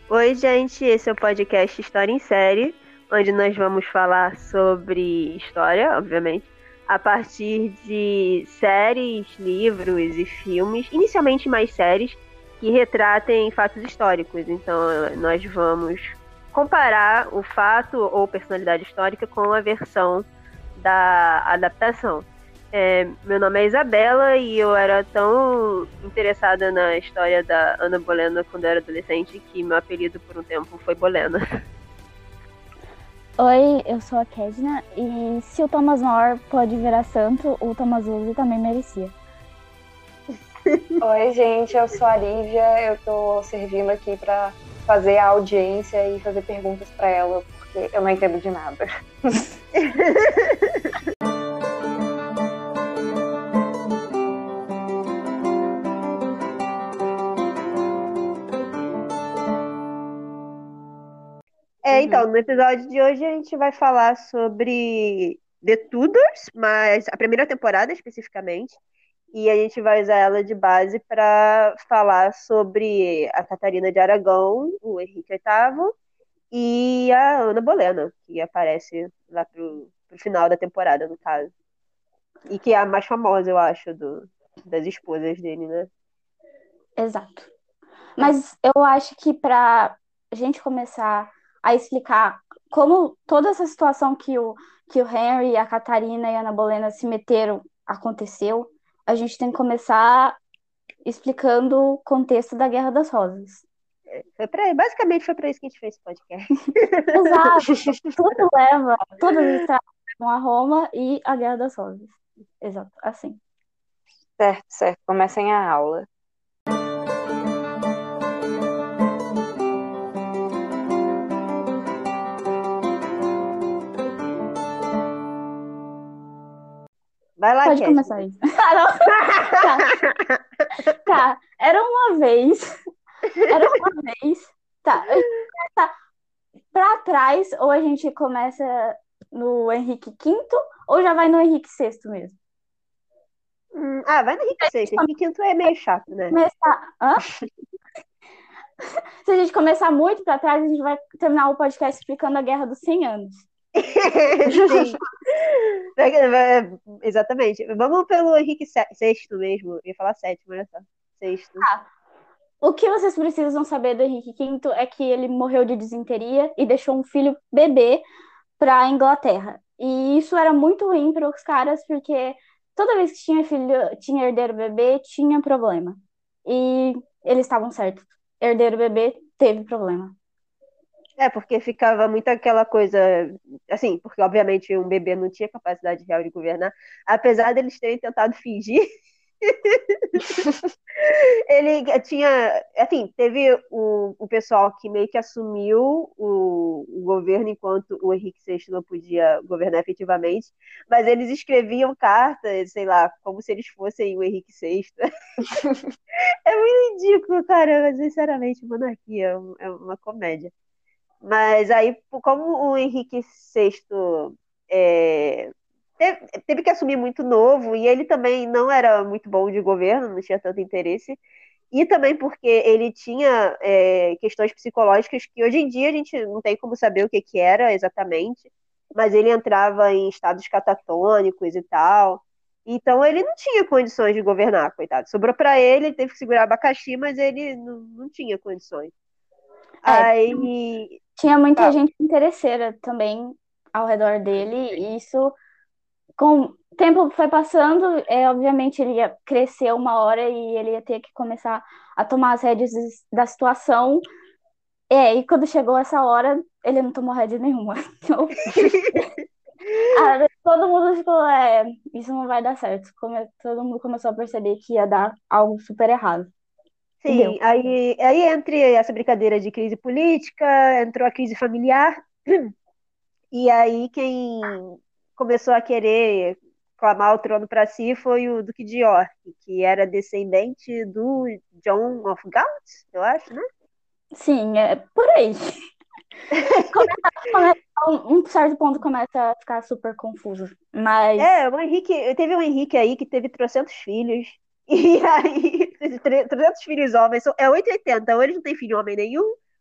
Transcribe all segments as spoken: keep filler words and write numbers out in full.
Oi, gente, esse é o podcast História em Série, onde nós vamos falar sobre história, obviamente, a partir de séries, livros e filmes, inicialmente mais séries, que retratem fatos históricos. Então, nós vamos comparar o fato ou personalidade histórica com a versão da adaptação. É, meu nome é Isabela e eu era tão interessada na história da Ana Bolena quando eu era adolescente que meu apelido por um tempo foi Bolena. Oi, eu sou a Kedna e se o Thomas More pode virar santo, o Thomas Uzi também merecia. Oi, gente, eu sou a Lívia, eu tô servindo aqui pra fazer a audiência e fazer perguntas pra ela, porque eu não entendo de nada. É, então, no episódio de hoje a gente vai falar sobre The Tudors, mas a primeira temporada especificamente, e a gente vai usar ela de base para falar sobre a Catarina de Aragão, o Henrique oitavo, e a Ana Bolena, que aparece lá pro, pro final da temporada, no caso. E que é a mais famosa, eu acho, do, das esposas dele, né? Exato. Mas eu acho que para a gente começar a explicar como toda essa situação que o, que o Henry, a Catarina e a Ana Bolena se meteram aconteceu, a gente tem que começar explicando o contexto da Guerra das Rosas. Foi pra, basicamente foi para isso que a gente fez esse podcast. Exato. Tudo leva, todas as estradas levam a Roma e a Guerra das Rosas. Exato, assim. Certo, certo, comecem a aula. Vai lá, Pode Cat. começar isso. Ah, não. Tá. Tá, era uma vez. Era uma vez. Tá, a gente começa pra trás, ou a gente começa no Henrique quinto, ou já vai no Henrique sexto mesmo. Hum, ah, vai no Henrique sexto. Henrique quinto é meio chato, né? Começar. Hã? Se a gente começar muito pra trás, a gente vai terminar o podcast explicando a Guerra dos cem anos. Sim. Vai- vai- Exatamente. Vamos pelo Henrique se- sexto mesmo. Eu ia falar sétimo, olha só. Sexto. O que vocês precisam saber do Henrique quinto é que ele morreu de disenteria e deixou um filho bebê para a Inglaterra. E isso era muito ruim para os caras, porque toda vez que tinha filho, tinha herdeiro bebê, tinha problema. E eles estavam certos. Herdeiro bebê teve problema. É, porque ficava muito aquela coisa, assim, porque obviamente um bebê não tinha capacidade real de governar, apesar deles terem tentado fingir. Ele tinha, assim, teve o, o pessoal que meio que assumiu o, o governo enquanto o Henrique sexto não podia governar efetivamente, mas eles escreviam cartas, sei lá, como se eles fossem o Henrique sexto. É muito ridículo, cara, mas sinceramente, monarquia é um- é uma comédia. Mas aí, como o Henrique sexto é, teve, teve que assumir muito novo, e ele também não era muito bom de governo, não tinha tanto interesse, e também porque ele tinha é, questões psicológicas que hoje em dia a gente não tem como saber o que, que era exatamente, mas ele entrava em estados catatônicos e tal. Então ele não tinha condições de governar, coitado. Sobrou para ele, ele teve que segurar abacaxi, mas ele não, não tinha condições. É, Aí. tinha muita Fala. gente interesseira também ao redor dele, e isso, com o tempo foi passando, é, obviamente ele ia crescer uma hora e ele ia ter que começar a tomar as rédeas da situação. É, e quando chegou essa hora, ele não tomou rédea nenhuma. Então, ah, todo mundo ficou, é, isso não vai dar certo. Come- todo mundo começou a perceber que ia dar algo super errado. E deu. Sim, aí, aí entre essa brincadeira de crise política, entrou a crise familiar, e aí quem começou a querer clamar o trono para si foi o Duque de York, que era descendente do John of Gaunt, eu acho, né? Sim, é por aí. Começa, começa- um um certo ponto começa a ficar super confuso. Mas, É, o Henrique, teve um Henrique aí que teve trocentos filhos, e aí, tre- trezentos filhos homens, são- é oitocentos e oitenta, ou eles não têm filho homem nenhum,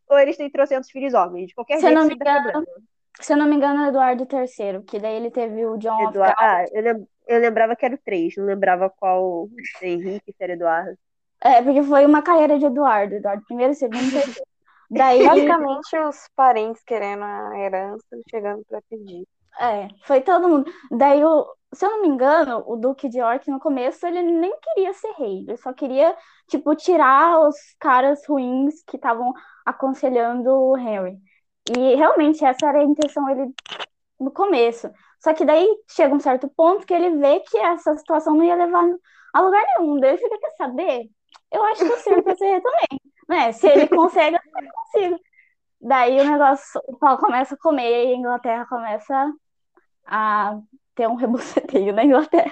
ou eles têm trocentos filhos homens. De qualquer Se eu jeito, não me sempre dá engano, problema. se eu não me engano, é Eduardo terceiro, que daí ele teve o John of Eduardo, God. ah, eu, lem- eu lembrava que era o três, não lembrava qual Henrique, se era Eduardo. É, porque foi uma carreira de Eduardo, Eduardo primeiro, segundo, terceiro. Daí, Basicamente, os parentes querendo a herança, chegando pra pedir. é, foi todo mundo. Daí, o, se eu não me engano, o Duque de York, no começo, ele nem queria ser rei. Ele só queria, tipo, tirar os caras ruins que estavam aconselhando o Henry. E, realmente, essa era a intenção dele no começo. Só que daí, chega um certo ponto que ele vê que essa situação não ia levar a lugar nenhum. Daí ele fica, quer saber? Eu acho que eu sirvo pra ser rei também. Né? Se ele consegue, eu também consigo. Daí o negócio, o pau começa a comer e a Inglaterra começa a ter um reboceteio na Inglaterra.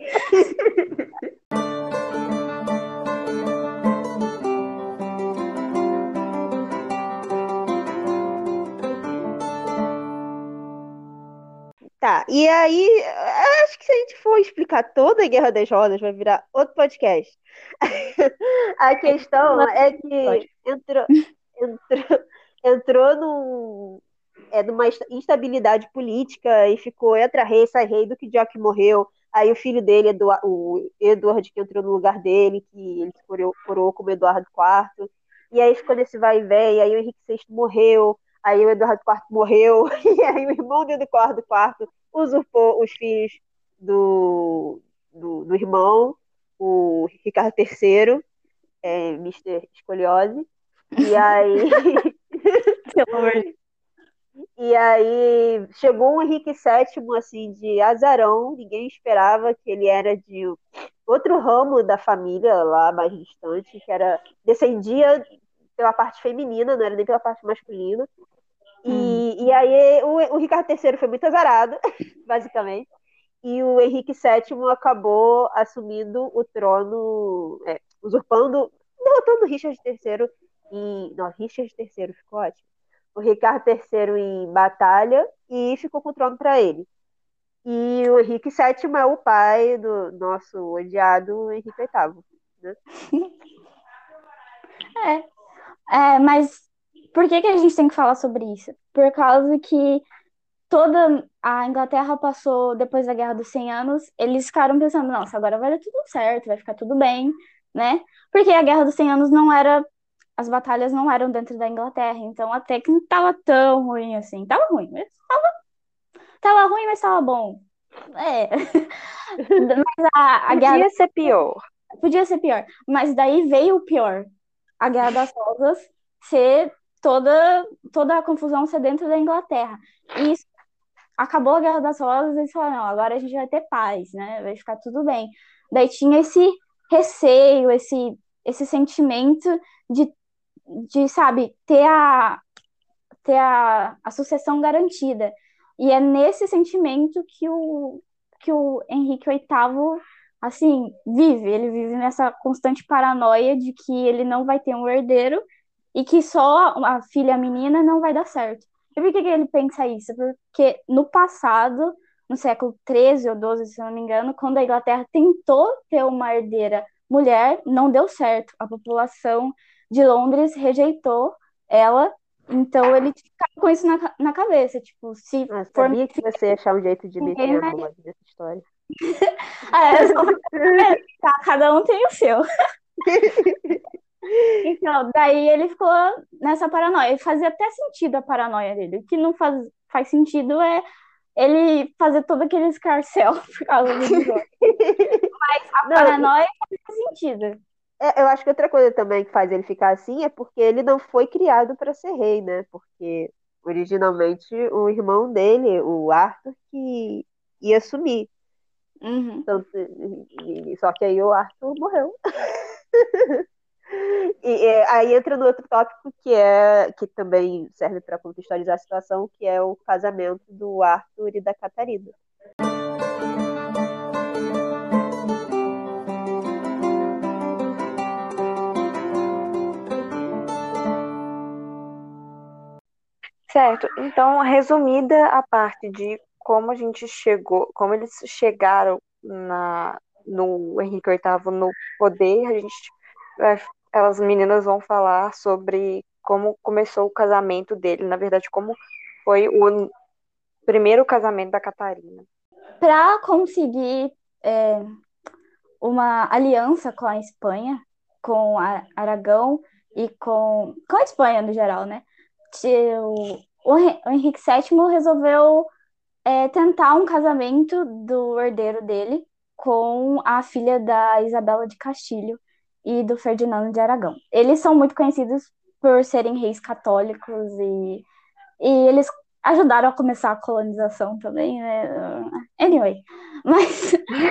Tá, e aí, eu acho que se a gente for explicar toda a Guerra das Rosas, vai virar outro podcast. A questão é que entrou, entrou, entrou num, é, numa insta- instabilidade política e ficou entra rei, sai rei, do que Jock morreu. Aí o filho dele, Edu- o Edward, que entrou no lugar dele, que ele se coroou, coroou como Eduardo quarto. E aí ficou nesse vai e vem, aí o Henrique sexto morreu, aí o Eduardo quarto morreu, e aí o irmão do Eduardo quarto usurpou os filhos do, do, do irmão, o Ricardo terceiro, é, mister Escoliose. E aí, Pelo amor de Deus. e aí chegou um Henrique sétimo, assim, de azarão, ninguém esperava, que ele era de outro ramo da família lá mais distante, que era descendia pela parte feminina, não era nem pela parte masculina. Uhum. E, e aí o, o Ricardo terceiro foi muito azarado, basicamente. E o Henrique sétimo acabou assumindo o trono, é, usurpando, derrotando o Richard terceiro em. Não, Richard terceiro ficou ótimo. O Ricardo terceiro em batalha e ficou com o trono para ele. E o Henrique sétimo é o pai do nosso odiado Henrique oitavo, né? É, mas por que que a gente tem que falar sobre isso? Por causa que toda a Inglaterra passou, depois da Guerra dos cem Anos, eles ficaram pensando, nossa, agora vai dar tudo certo, vai ficar tudo bem, né? Porque a Guerra dos cem Anos não era, as batalhas não eram dentro da Inglaterra, então até que não tava tão ruim assim. Tava ruim, mas tava ruim, mas tava bom. É. Mas a, a Guerra Podia ser pior. podia ser pior, mas daí veio o pior. A Guerra das Rosas ser toda, toda a confusão ser dentro da Inglaterra. E isso, acabou a Guerra das Rosas e eles falaram, não, agora a gente vai ter paz, né? Vai ficar tudo bem. Daí tinha esse receio, esse, esse sentimento de, de, sabe, ter a, ter a, a sucessão garantida. E é nesse sentimento que o, que o Henrique oitavo, assim, vive. Ele vive nessa constante paranoia de que ele não vai ter um herdeiro e que só a filha menina não vai dar certo. E por que que ele pensa isso? Porque no passado, no século treze ou doze, se eu não me engano, quando a Inglaterra tentou ter uma herdeira mulher, não deu certo. A população de Londres rejeitou ela, então ele fica com isso na, na cabeça, tipo, se Eu for sabia que você ia achar um jeito de meter ninguém a vai. roda nessa história. Ah, é, só pra- tá, cada um tem o seu. Então, daí ele ficou nessa paranoia. E fazia até sentido a paranoia dele. O que não faz, faz sentido é ele fazer todo aquele escarcéu por causa do João. A Não, e- paranoia faz sentido. é, eu acho que outra coisa também que faz ele ficar assim é porque ele não foi criado para ser rei, né? Porque originalmente o irmão dele, o Arthur, que ia assumir. Uhum. Tanto- e- e- só que aí o Arthur morreu. E, é, aí entra no outro tópico que é que também serve para contextualizar a situação, que é o casamento do Arthur e da Catarina. Certo. Então, resumida a parte de como a gente chegou, como eles chegaram na, no Henrique oitavo no poder, a gente, vai- elas meninas vão falar sobre como começou o casamento dele, na verdade, como foi o primeiro casamento da Catarina. Para conseguir é, uma aliança com a Espanha, com a Aragão e com, com a Espanha no geral, né? O, o Henrique sétimo resolveu é, tentar um casamento do herdeiro dele com a filha da Isabela de Castilho e do Ferdinando de Aragão. Eles são muito conhecidos por serem reis católicos e, e eles ajudaram a começar a colonização também, né? Anyway, mas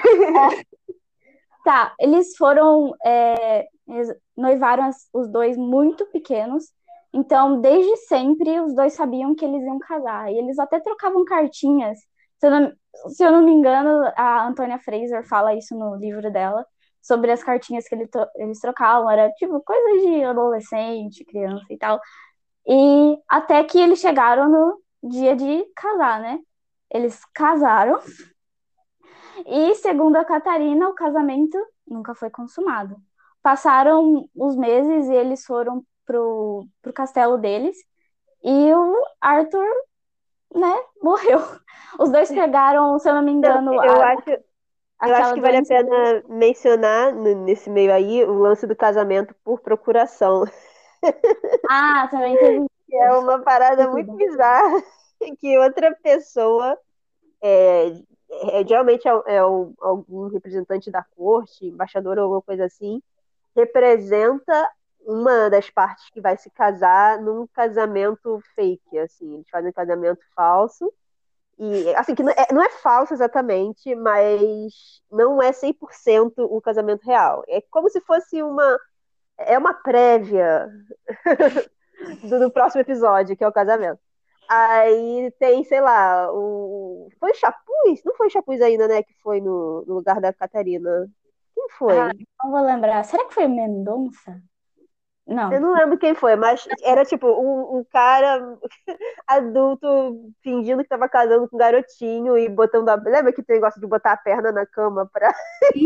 tá, eles foram é, eles noivaram as, os dois muito pequenos, então desde sempre os dois sabiam que eles iam casar, e eles até trocavam cartinhas. Se eu não, se eu não me engano, a Antônia Fraser fala isso no livro dela, sobre as cartinhas que ele, eles trocavam, era tipo coisa de adolescente, criança e tal. E até que eles chegaram no dia de casar, né? Eles casaram, e segundo a Catarina, o casamento nunca foi consumado. Passaram os meses e eles foram pro, pro castelo deles e o Arthur, né, morreu. Os dois pegaram, se eu não me Não, engano, eu a, acho, eu acho aquela que vale a doença. pena mencionar n- nesse meio aí o lance do casamento por procuração. Ah, também teve Que é uma parada muito isso. bizarra que outra pessoa, é, é, geralmente é, é o- algum representante da corte, embaixador ou alguma coisa assim, representa uma das partes que vai se casar num casamento fake, assim, eles fazem um casamento falso. E, assim, que não é, não é falso exatamente, mas não é cem por cento o casamento real. É como se fosse uma. É uma prévia do, do próximo episódio, que é o casamento. Aí tem, sei lá, o. Foi o Chapuz? Não foi o Chapuz ainda, né? Que foi no, no lugar da Catarina. Quem Ah, foi? não vou lembrar. Será que foi Mendonça? Eu Não. não lembro quem foi, mas era tipo um, um cara adulto fingindo que tava casando com um garotinho e botando a. Lembra que tem negócio de botar a perna na cama pra.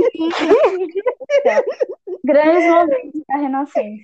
Grandes momentos da Renascença.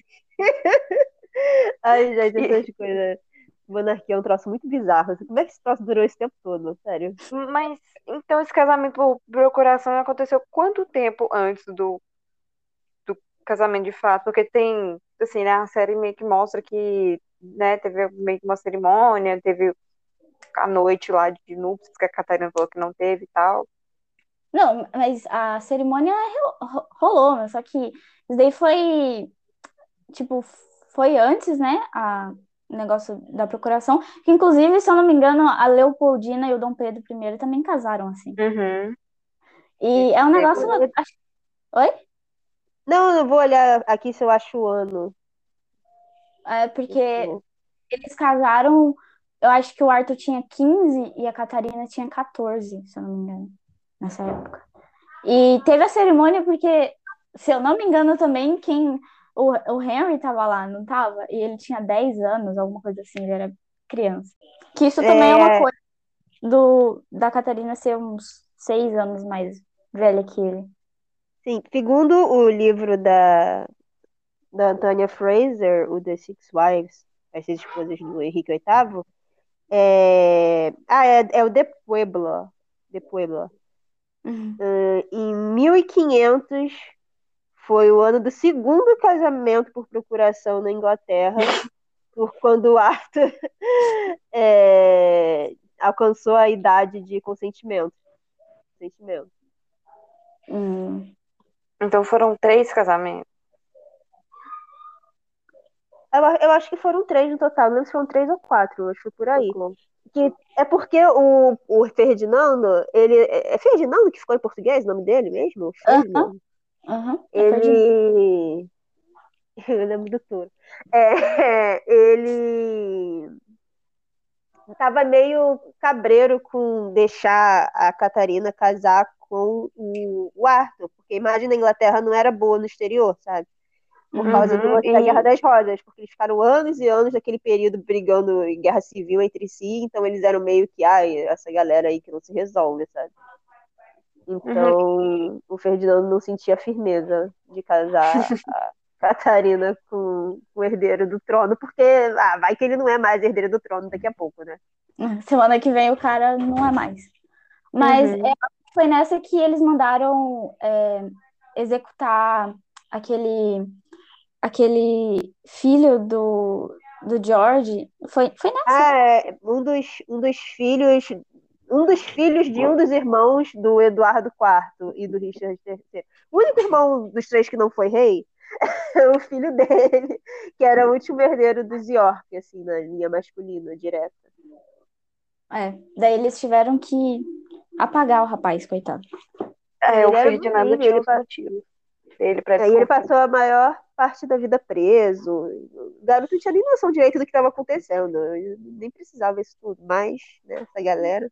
Ai, gente, E- essas coisas. Monarquia é um troço muito bizarro. Assim, como é que esse troço durou esse tempo todo? Sério. mas então esse casamento por procuração aconteceu quanto tempo antes do, do casamento de fato? Porque tem, assim, né, a série meio que mostra que, né, teve meio que uma cerimônia, teve a noite lá de núpcias que a Catarina falou que não teve e tal. Não, mas a cerimônia ro- ro- rolou, né? Só que isso daí foi, tipo, foi antes, né? A, o negócio da procuração. Que, inclusive, se eu não me engano, a Leopoldina e o Dom Pedro I também casaram, assim. Uhum. E é um É, negócio. acho- Oi? não, eu vou olhar aqui se eu acho o ano. É porque eles casaram. Eu acho que o Arthur tinha quinze e a Catarina tinha quatorze, se eu não me engano, nessa época. E teve a cerimônia porque, se eu não me engano também, quem o, o Henry tava lá, não tava? E ele tinha dez anos, alguma coisa assim, ele era criança. Que isso também é uma É, coisa do da Catarina ser uns seis anos mais velha que ele. sim, segundo o livro da, da Antônia Fraser, o The Six Wives, as seis esposas do Henrique oitavo, é, ah, é, é o De Puebla. De Puebla. Uhum. Em mil e quinhentos foi o ano do segundo casamento por procuração na Inglaterra, por quando o Arthur é, alcançou a idade de consentimento. consentimento. Hum. Então foram três casamentos. Eu, eu acho que foram três no total, não sei se foram três ou quatro, acho que foi por aí. Socorro. Que é porque o, o Ferdinando, ele. É Ferdinando que ficou em português o nome dele mesmo? Aham, Ferdinand. aham, é Ferdinand. Ele. Eu lembro do touro. É, ele tava meio cabreiro com deixar a Catarina casar com o, o Arthur, porque imagina a Inglaterra não era boa no exterior, sabe? Por causa do Uhum. lance da Guerra E das Rosas, porque eles ficaram anos e anos naquele período brigando em guerra civil entre si, então eles eram meio que, ai, essa galera aí que não se resolve, sabe? uhum. Então o Ferdinando não sentia firmeza de casar a Catarina com o herdeiro do trono, porque ah, vai que ele não é mais herdeiro do trono daqui a pouco, né? Semana que vem o cara não é mais. Mas Uhum. é, foi nessa que eles mandaram é, executar aquele, aquele filho do, do George. Foi, foi nessa. Ah, é, um dos, um dos filhos, um dos filhos de um dos irmãos do Eduardo quarto e do Richard terceiro. O único irmão dos três que não foi rei é o filho dele, que era o último herdeiro dos York, assim, na linha masculina direta. É, daí eles tiveram que apagar o rapaz, coitado. É, o Ele era Ferdinando bonzinho, tinha ele, os motivos dele pra aí ele desconfiar. passou a maior parte da vida preso. O garoto não tinha nem noção direito do que estava acontecendo. Eu nem precisava isso tudo, mas, né, essa galera.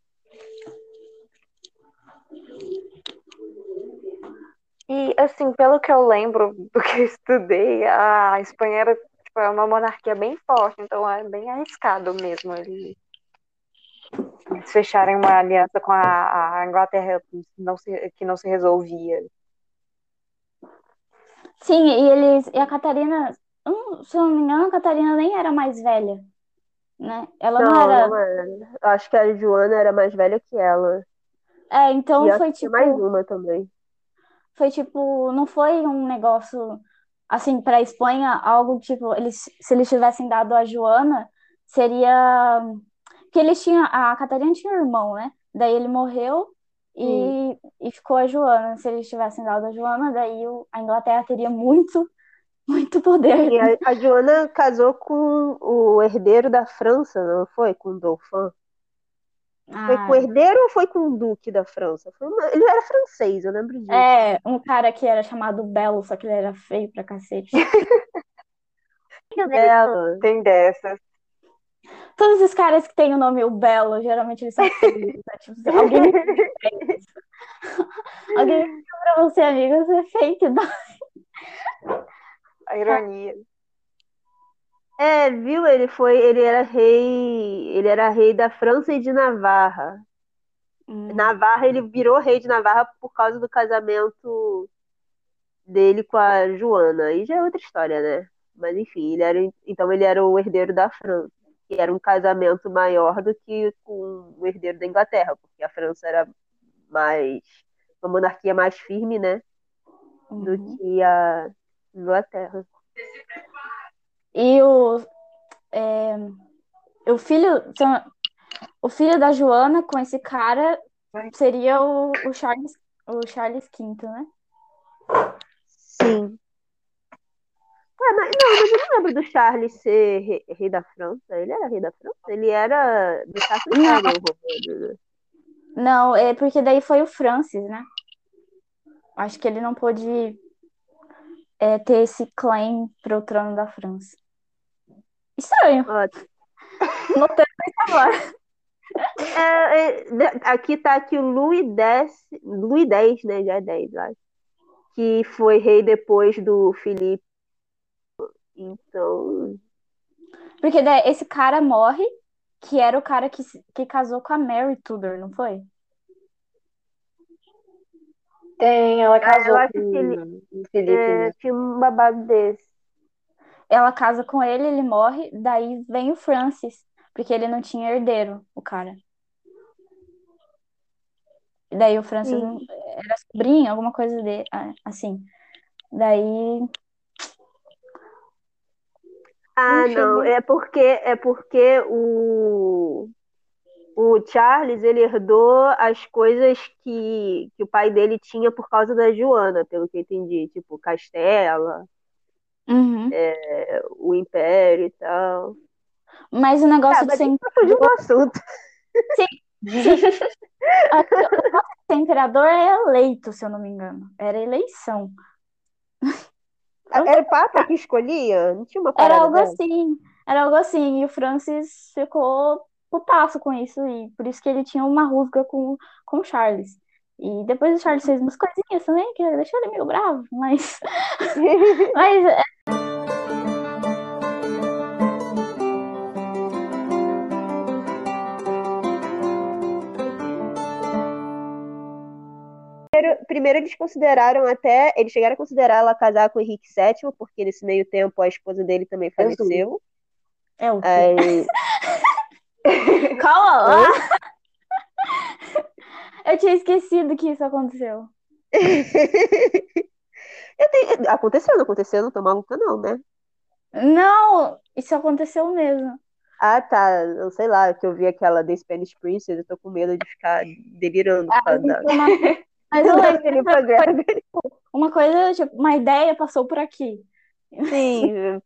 E, assim, pelo que eu lembro do que eu estudei, a Espanha era, tipo, é uma monarquia bem forte, então é bem arriscado mesmo eles, eles fecharem uma aliança com a, a Inglaterra não se, que não se resolvia. Sim, e eles. E a Catarina. hum, Se eu não me engano, a Catarina nem era mais velha, né? Ela não Não, era. não era. Acho que a Joana era mais velha que ela. É, E então acho foi que tinha mais tipo. uma também. Foi tipo. Não foi um negócio. Assim, para a Espanha, algo tipo. Eles, se eles tivessem dado a Joana, seria. Que eles tinham. A Catarina tinha um irmão, né? Daí ele morreu. Sim. E, e ficou a Joana. Se eles tivessem dado a Joana, daí o- a Inglaterra teria muito, muito poder. Sim, a, a Joana casou com o herdeiro da França, não foi? Com o Dauphin. Foi com o Ah, herdeiro ou foi com o duque da França? Foi uma- Ele era francês, eu lembro disso. é, um cara que era chamado Belo, só que ele era feio pra cacete. Bela. Tem dessas. Todos os caras que têm o nome o Belo, geralmente eles são feios. Né? Tipo, se alguém me alguém me diz pra você, amigo, você é fake. Não. A ironia. É, viu? Ele foi, ele era rei, ele era rei da França e de Navarra. Hum, Navarra, ele virou rei de Navarra por causa do casamento dele com a Joana. Aí já é outra história, né? Mas enfim, ele era, então ele era o herdeiro da França, que era um casamento maior do que com o herdeiro da Inglaterra, porque a França era mais uma monarquia mais firme, né, do uhum. que a Inglaterra. E o, é, o filho, são- o filho da Joana com esse cara seria o, o Charles, o Charles quinto, né? Sim. Ué, mas, não, mas eu não lembro do Charles ser rei, rei da França. Ele era rei da França? Ele era do Sacro Não, Império Romano, né? não, é porque daí foi o Francis, né? Acho que ele não pôde é, ter esse claim pro trono da França. Estranho. Ó, Notando isso agora. é, é, né, aqui tá aqui o Louis X, Louis X, né? Já é dez, eu acho. Que foi rei depois do Filipe. Então, Porque daí esse cara morre, que era o cara que, se- que casou com a Mary Tudor, não foi? Tem, ela ah, eu casou acho com que ele o Felipe é, mesmo. tinha um babado desse. Ela casa com ele, ele morre, daí vem o Francis, porque ele não tinha herdeiro, o cara. E daí o Francis Sim. não- era sobrinho, alguma coisa de, ah, assim. Daí, Ah, Enfim, não, né? é porque é porque o o Charles ele herdou as coisas que, que o pai dele tinha por causa da Joana, pelo que eu entendi, tipo Castela, uhum. é, o Império e tal. Mas o Tá, negócio de mas ser a gente tá fugindo do imperador, assunto. sim, sim. Ah, o negócio de ser imperador é eleito, se eu não me engano. Era eleição. Eu não Era sei. o Papa que escolhia? Não tinha uma Era parada algo dela? assim, era algo assim, e o Francis ficou putaço com isso, e por isso que ele tinha uma rusga com, com o Charles. E depois o Charles fez umas coisinhas também, que deixou ele meio bravo, mas, mas primeiro, primeiro eles consideraram até, eles chegaram a considerar ela casar com o Henrique sétimo, porque nesse meio tempo a esposa dele também Jesus. faleceu. É o quê? Aí, Calma lá! Oi? Eu tinha esquecido que isso aconteceu. Eu tenho- Aconteceu, não aconteceu, não tô maluca não, né? Não, isso aconteceu mesmo. Ah, tá, eu sei lá, que eu vi aquela The Spanish Princess, eu tô com medo de ficar delirando por Ah, causa da, informação- Mas eu da lembro que Philippa Gregory. uma coisa, tipo, uma ideia passou por aqui. Sim,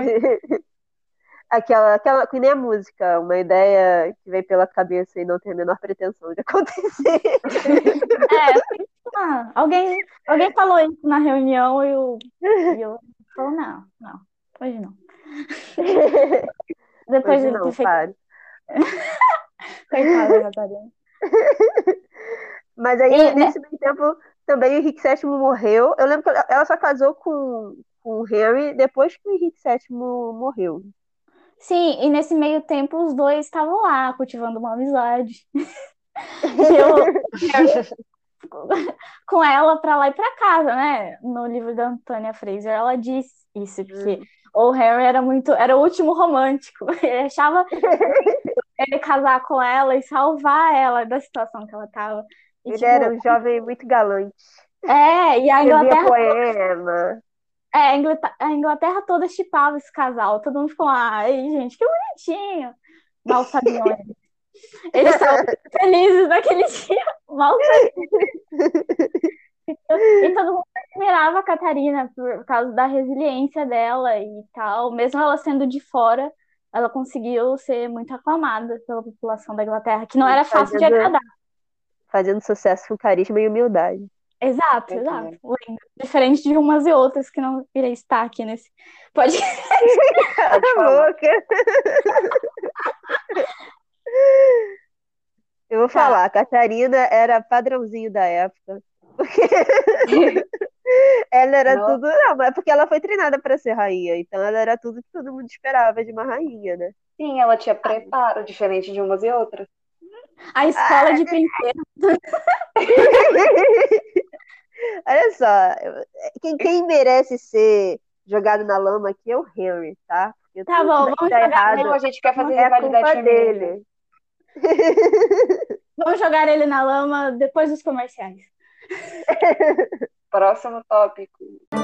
aquela, aquela que nem a música, uma ideia que vem pela cabeça e não tem a menor pretensão de acontecer. É, ah, alguém, alguém falou isso na reunião e eu, e eu falou, não, não, hoje não. Depois Hoje de ter não, feito. para. Coitada da Catarina. Mas aí, E, né, nesse meio tempo, também o Henrique sétimo morreu. Eu lembro que ela ela só casou com, com o Henry depois que o Henrique sétimo morreu. sim, e nesse meio tempo os dois estavam lá cultivando uma amizade. E eu com ela pra lá e pra casa, né? No livro da Antônia Fraser, ela diz isso, porque Hum. o Harry era muito, era o último romântico. Ele achava ele casar com ela e salvar ela da situação que ela tava. E Ele tipo, era um jovem muito galante. é, e a Escrevia Inglaterra, poema. é, a Inglaterra, a Inglaterra toda shippava esse casal. Todo mundo ficou, ai, gente, que bonitinho. Mal sabiam eles. Eles estavam felizes naquele dia. Mal sabiam. E todo mundo admirava a Catarina por causa da resiliência dela e tal. Mesmo ela sendo de fora, ela conseguiu ser muito aclamada pela população da Inglaterra, que não era fácil de Fazendo, agradar. fazendo sucesso com carisma e humildade. Exato, Pois exato. é. Lembro. Diferente de umas e outras que não irei estar aqui nesse podcast. Cala Pode a falar. boca. Eu vou Tá. falar, a Catarina era padrãozinho da época. Porque ela era Não. tudo. Não, mas é porque ela foi treinada para ser rainha. Então ela era tudo que todo mundo esperava de uma rainha, né? Sim, ela tinha preparo, diferente de umas e outras. A escola de princesa. Olha só, eu- quem, quem merece ser jogado na lama aqui é o Henry, tá? Porque Tá tudo que bom, dá- vamos dá jogar, Não, a errado gente quer fazer é rivalidade culpa feminina. dele. vamos jogar ele na lama depois dos comerciais. Próximo tópico.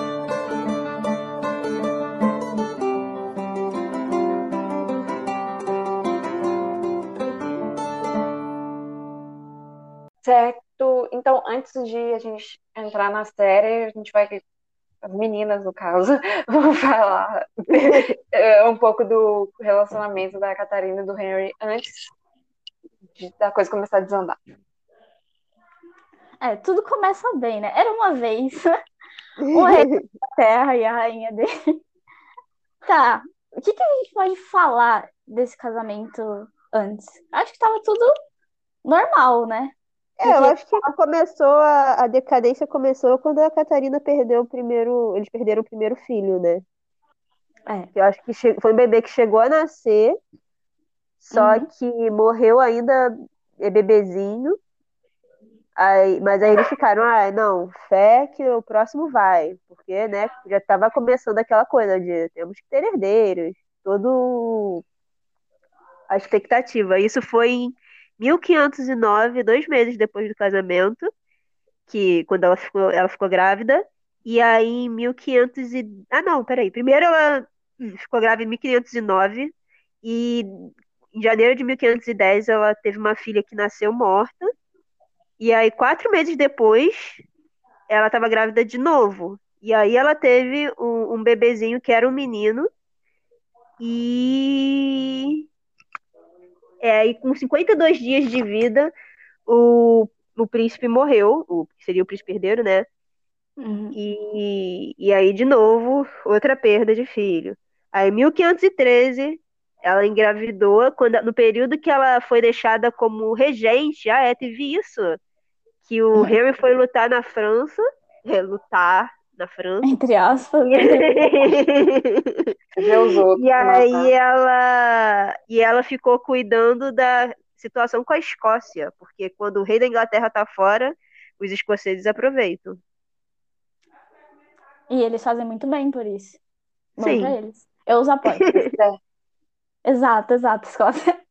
Certo. Então, antes de a gente entrar na série, a gente vai, as meninas, no caso, vão falar é, um pouco do relacionamento da Catarina e do Henry antes de- da coisa começar a desandar. É, tudo começa bem, né? Era uma vez o rei da terra e a rainha dele. Tá, o que que a gente pode falar desse casamento antes? Acho que tava tudo normal, né? É, eu Porque, acho que começou a, a decadência começou quando a Catarina perdeu o primeiro, eles perderam o primeiro filho, né? é, Eu acho que che- foi um bebê que chegou a nascer, só uhum, que morreu ainda é bebezinho. Aí, mas aí eles ficaram, ah, não, fé que o próximo vai, porque, né, já estava começando aquela coisa de temos que ter herdeiros, todo a expectativa. Isso foi em mil quinhentos e nove, dois meses depois do casamento, que quando ela ficou, ela ficou grávida, e aí em mil e quinhentos e... Ah, não, peraí. Primeiro ela hum, ficou grávida em mil quinhentos e nove, e em janeiro de mil quinhentos e dez ela teve uma filha que nasceu morta, e aí quatro meses depois ela estava grávida de novo. E aí ela teve um, um bebezinho que era um menino, e... É, e com cinquenta e dois dias de vida, o, o príncipe morreu, o que seria o príncipe herdeiro, né? uhum. E, e aí, de novo, outra perda de filho. Aí, em mil quinhentos e treze, ela engravidou, quando, no período que ela foi deixada como regente. Ah, é, teve isso. Que o Henry foi lutar na França. É, lutar na França. Entre aspas, né? Ver os outros E se aí matar. ela, e ela ficou cuidando da situação com a Escócia, porque quando o rei da Inglaterra tá fora, os escoceses aproveitam. E eles fazem muito bem por isso. Bom pra Sim. eles. Eu os apoio. Exato, exato, Escócia.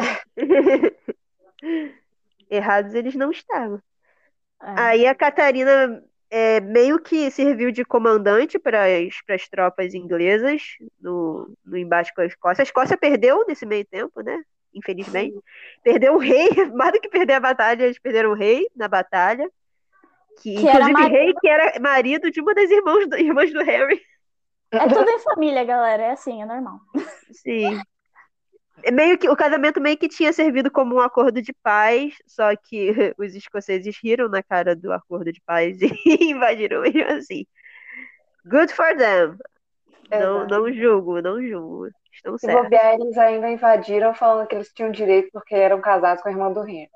Errados eles não estavam. É. Aí a Catarina é, meio que serviu de comandante para as tropas inglesas no, no embate com a Escócia. A Escócia perdeu nesse meio tempo, né? Infelizmente. Perdeu o rei, mais do que perder a batalha, eles perderam o rei na batalha. Que, Que era inclusive, marido. rei que era marido de uma das irmãs do, irmãs do Harry. É tudo em família, galera. É assim, é normal. Sim. É meio que, o casamento meio que tinha servido como um acordo de paz, só que os escoceses riram na cara do acordo de paz e invadiram mesmo assim. Good for them. Não, Exato. não julgo, não julgo. Estão Se certos. bobear, eles ainda invadiram falando que eles tinham direito porque eram casados com a irmã do Henry.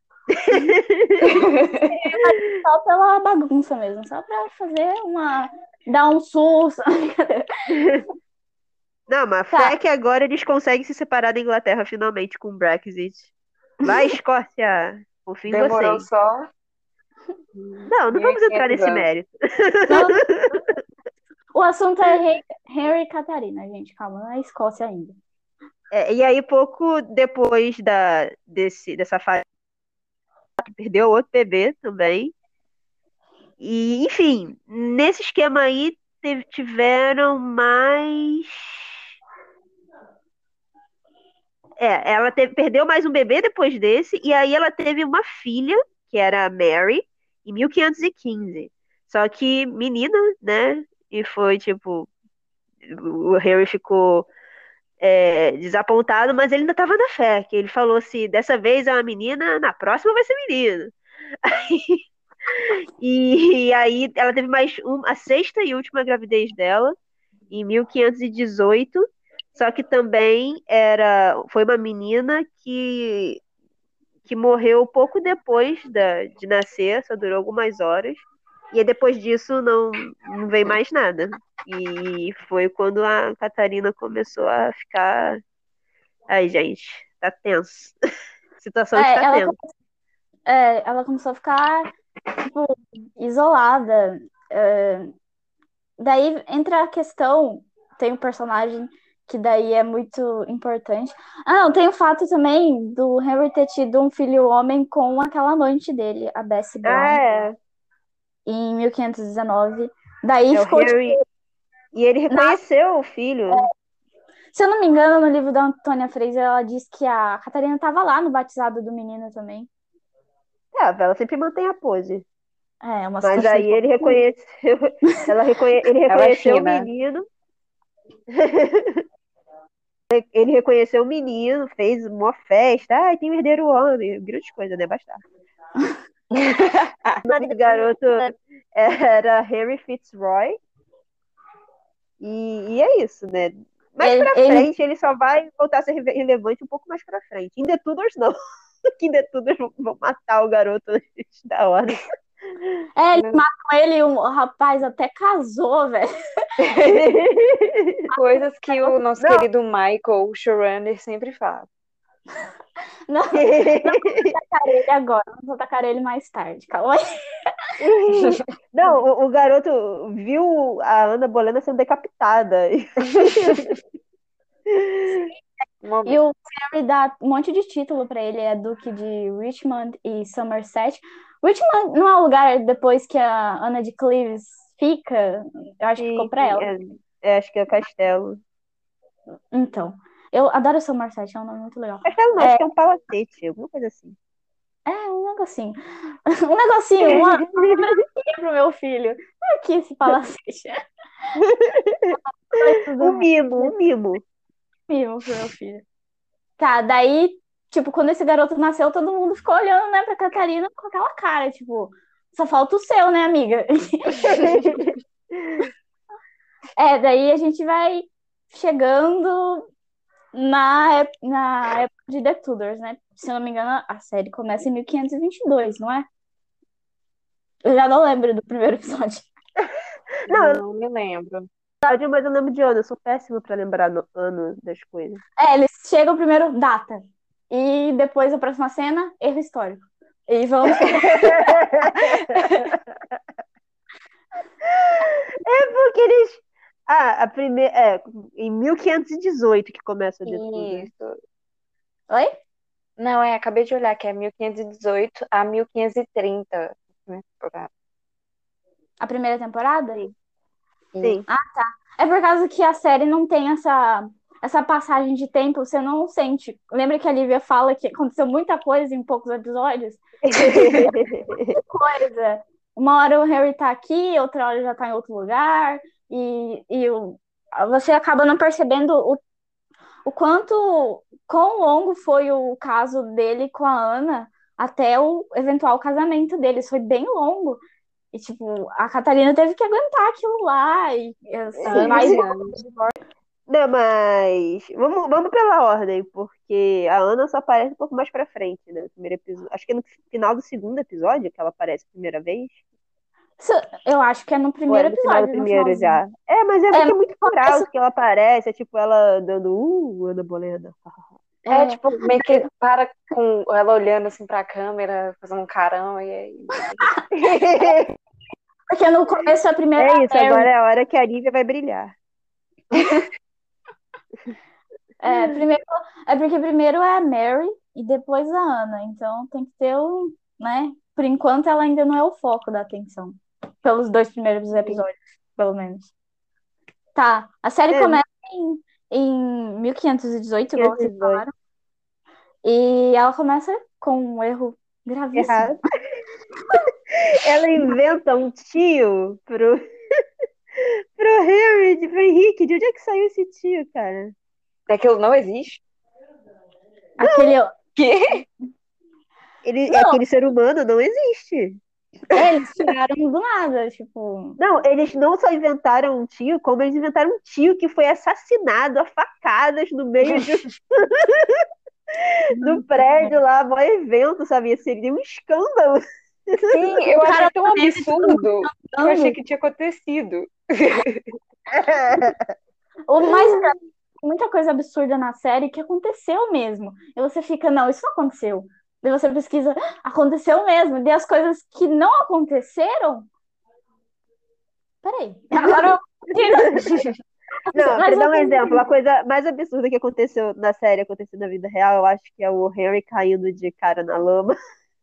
Só pela bagunça mesmo. Só pra fazer uma... Dar um susto. Não, mas a Tá. fé é que agora eles conseguem se separar da Inglaterra finalmente com o Brexit. Vai, Escócia! Confio em Demorou vocês. só Não, não vamos entrar 1500 nesse anos. mérito. Não. O assunto é Henry, Henry e Catarina, gente. Calma, não é Escócia ainda. É, e aí, pouco depois da, desse, dessa fase, perdeu outro bebê também. E, enfim, nesse esquema aí, teve- tiveram mais. É, ela teve- perdeu mais um bebê depois desse, e aí ela teve uma filha, que era a Mary, em mil quinhentos e quinze. Só que menina, né? E foi tipo. O Harry ficou é, desapontado, mas ele ainda estava na fé, que ele falou assim: dessa vez é uma menina, na próxima vai ser menino. E, e aí ela teve mais um, a sexta e última gravidez dela, em mil quinhentos e dezoito. Só que também era, foi uma menina que, que morreu pouco depois da, de nascer, só durou algumas horas. E aí depois disso não, não veio mais nada. E foi quando a Catarina começou a ficar. Ai, gente, tá tenso. A situação É, está ela, tensa. é, ela começou a ficar, tipo, isolada. É, daí entra a questão, tem um personagem que daí é muito importante. Ah, não, tem o fato também do Henry ter tido um filho homem com aquela amante dele, a Bessie Ah, Brown, é. em mil quinhentos e dezenove. Daí É o ficou, tipo, Harry. E ele na- reconheceu o filho. se eu não me engano, no livro da Antônia Fraser, ela diz que a Catarina estava lá no batizado do menino também. É, ela sempre mantém a pose. É, uma Mas situação. aí ele reconheceu. Ela reconhe... Ele Ela é reconheceu o fina. menino. Ele reconheceu o menino, fez uma festa. Ai, tem um herdeiro homem. Grande coisa, né? Bastar. O nome do garoto era Harry Fitzroy. E, e é isso, né? Mais Ele, pra ele frente, ele só vai voltar a ser rele- relevante um pouco mais pra frente. Em The Tudors, não. Que em The Tudors vão vão matar o garoto antes da hora. É, eles matam ele e o rapaz até casou, velho. Coisas que o nosso Não. querido Michael, o showrunner, sempre faz. Não, atacar ele agora, vamos atacar ele mais tarde, calma aí. Não, o, o garoto viu a Ana Bolena sendo decapitada. Uma- E o Harry dá um monte de título pra ele, é Duque de Richmond e Somerset. Richmond não é o lugar depois que a Ana de Cleves fica, eu acho que ficou Sim, pra sim, ela. é, é, acho que é o Castelo. Então, eu adoro Somerset, é um nome muito legal. Castelo não, É, acho que é um palacete, alguma coisa assim. é um negocinho. Um negocinho, uma pro meu filho. Aqui esse palacete. Um mimo, um mimo. Mimo pro meu filho. Tá, daí, tipo, quando esse garoto nasceu, todo mundo ficou olhando, né, pra Catarina com aquela cara, tipo, só falta o seu, né, amiga? É, daí a gente vai chegando na, ép- na época de The Tudors, né? Se eu não me engano, a série começa em mil quinhentos e vinte e dois, não é? Eu já não lembro do primeiro episódio. Não, Não me lembro. eu mas eu lembro de ano, eu sou péssima pra lembrar no ano das coisas. É, eles chegam primeiro, data. E depois a próxima cena, erro histórico. E vamos. É porque eles. Ah, a primeira. É, em mil quinhentos e dezoito que começa de tudo. Isso. Oi? Não, é, acabei de olhar que é mil quinhentos e dezoito a mil quinhentos e trinta. Né? A primeira temporada? Sim. Sim. Sim. É por causa que a série não tem essa, essa passagem de tempo, você não sente. Lembra que a Lívia fala que aconteceu muita coisa em poucos episódios? Coisa. Uma hora o Harry tá aqui, outra hora já tá em outro lugar, e, e o- você acaba não percebendo o, o quanto, quão longo foi o caso dele com a Ana até o eventual casamento deles. Foi bem longo. E, tipo, a Catarina teve que aguentar aquilo lá, e, e assim, Anos vai. e anos. Não, mas vamos, vamos pela ordem, porque a Ana só aparece um pouco mais pra frente, né? No primeiro episódio. Acho que é no final do segundo episódio que ela aparece a primeira vez. Isso, eu acho que é no Ou é primeiro no final do episódio, no primeiro finalzinho. já? É, mas é É, porque é no muito por começo, alto que ela aparece. É tipo ela dando, uh, Ana Bolena. É, é, tipo, meio que para com ela olhando assim pra câmera, fazendo um carão, e aí. porque no começo a primeira É isso, é a agora Mary. é a hora que a Lívia vai brilhar. É, primeiro, é porque primeiro é a Mary e depois a Ana. Então tem que ter o, né? Por enquanto ela ainda não é o foco da atenção. Pelos dois primeiros Sim. episódios, pelo menos. Tá, a série É, começa em, em mil quinhentos e dezoito, igual vocês quinhentos e dois. falaram. E ela começa com um erro gravíssimo. Errado. Ela inventa um tio pro, pro Harry, de- pro Henrique. De onde é que saiu esse tio, cara? Aquilo não existe? Aquele. Que? Ele, é Não, aquele ser humano não existe. é, eles tiraram do nada, tipo. Não, eles não só inventaram um tio, como eles inventaram um tio que foi assassinado a facadas no meio de, do prédio lá, maior evento, sabe? Seria um escândalo. Sim, eu O cara achei tão morrendo e todo mundo absurdo que eu achei andando. que tinha acontecido. O mais engraçado, tem muita coisa absurda na série que aconteceu mesmo. E você fica, não, isso não aconteceu. Daí você pesquisa, "Ah, aconteceu mesmo. E as coisas que não aconteceram. Peraí, agora eu. Não, Mas pra não dar um tem. exemplo, a coisa mais absurda que aconteceu na série, aconteceu na vida real, eu acho que é o Harry caindo de cara na lama.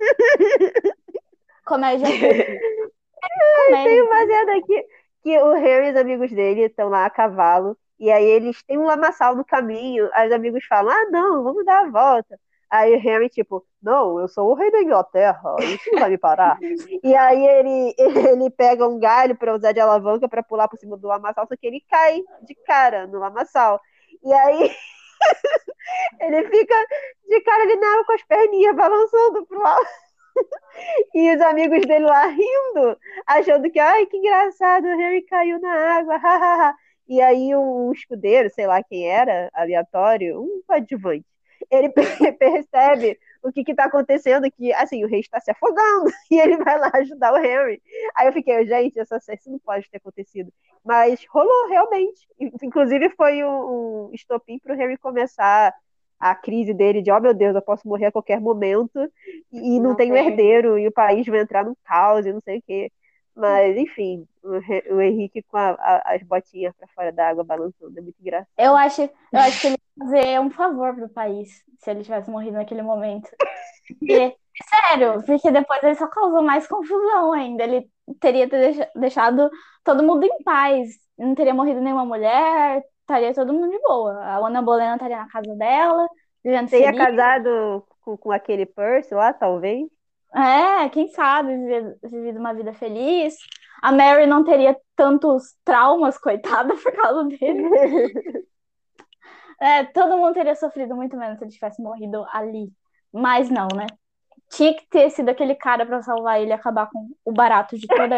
Comédia pura. Comédia. Tem uma cena aqui que o Harry e os amigos dele estão lá a cavalo, e aí eles têm um lamaçal no caminho, aí os amigos falam, ah, não, vamos dar a volta. Aí o Harry, tipo, não, eu sou o rei da Inglaterra, isso não vai me parar. E aí ele, ele pega um galho para usar de alavanca para pular por cima do lamaçal, só que ele cai de cara no lamaçal. E aí ele fica de cara ali na água com as perninhas balançando pro lado. E os amigos dele lá rindo, achando que, ai, que engraçado, o Harry caiu na água, hahaha. E aí o escudeiro, sei lá quem era, aleatório, um coadjuvante, ele percebe o que que tá acontecendo, que, assim, o rei está se afogando, e ele vai lá ajudar o Harry. Aí eu fiquei, gente, essa isso não pode ter acontecido. Mas rolou, realmente. Inclusive foi um, um estopim pro Harry começar a crise dele de, oh meu Deus, eu posso morrer a qualquer momento, e não Não tem o tem. herdeiro, e o país vai entrar num caos e não sei o quê. Mas, enfim, o, He- o Henrique com a- a- as botinhas pra fora da água balançando, é muito engraçado. Eu acho, eu acho que ele ia fazer um favor pro país se ele tivesse morrido naquele momento. Porque, sério, porque depois ele só causou mais confusão ainda. Ele teria deixa- deixado todo mundo em paz. Não teria morrido nenhuma mulher, estaria todo mundo de boa. A Ana Bolena estaria na casa dela, vivendo Teria feliz. casado com, com aquele Percy lá, talvez. É, quem sabe, viver- vivido uma vida feliz. A Mary não teria tantos traumas, coitada, por causa dele. É, todo mundo teria sofrido muito menos se ele tivesse morrido ali. Mas não, né? Tinha que ter sido aquele cara pra salvar ele e acabar com o barato de toda.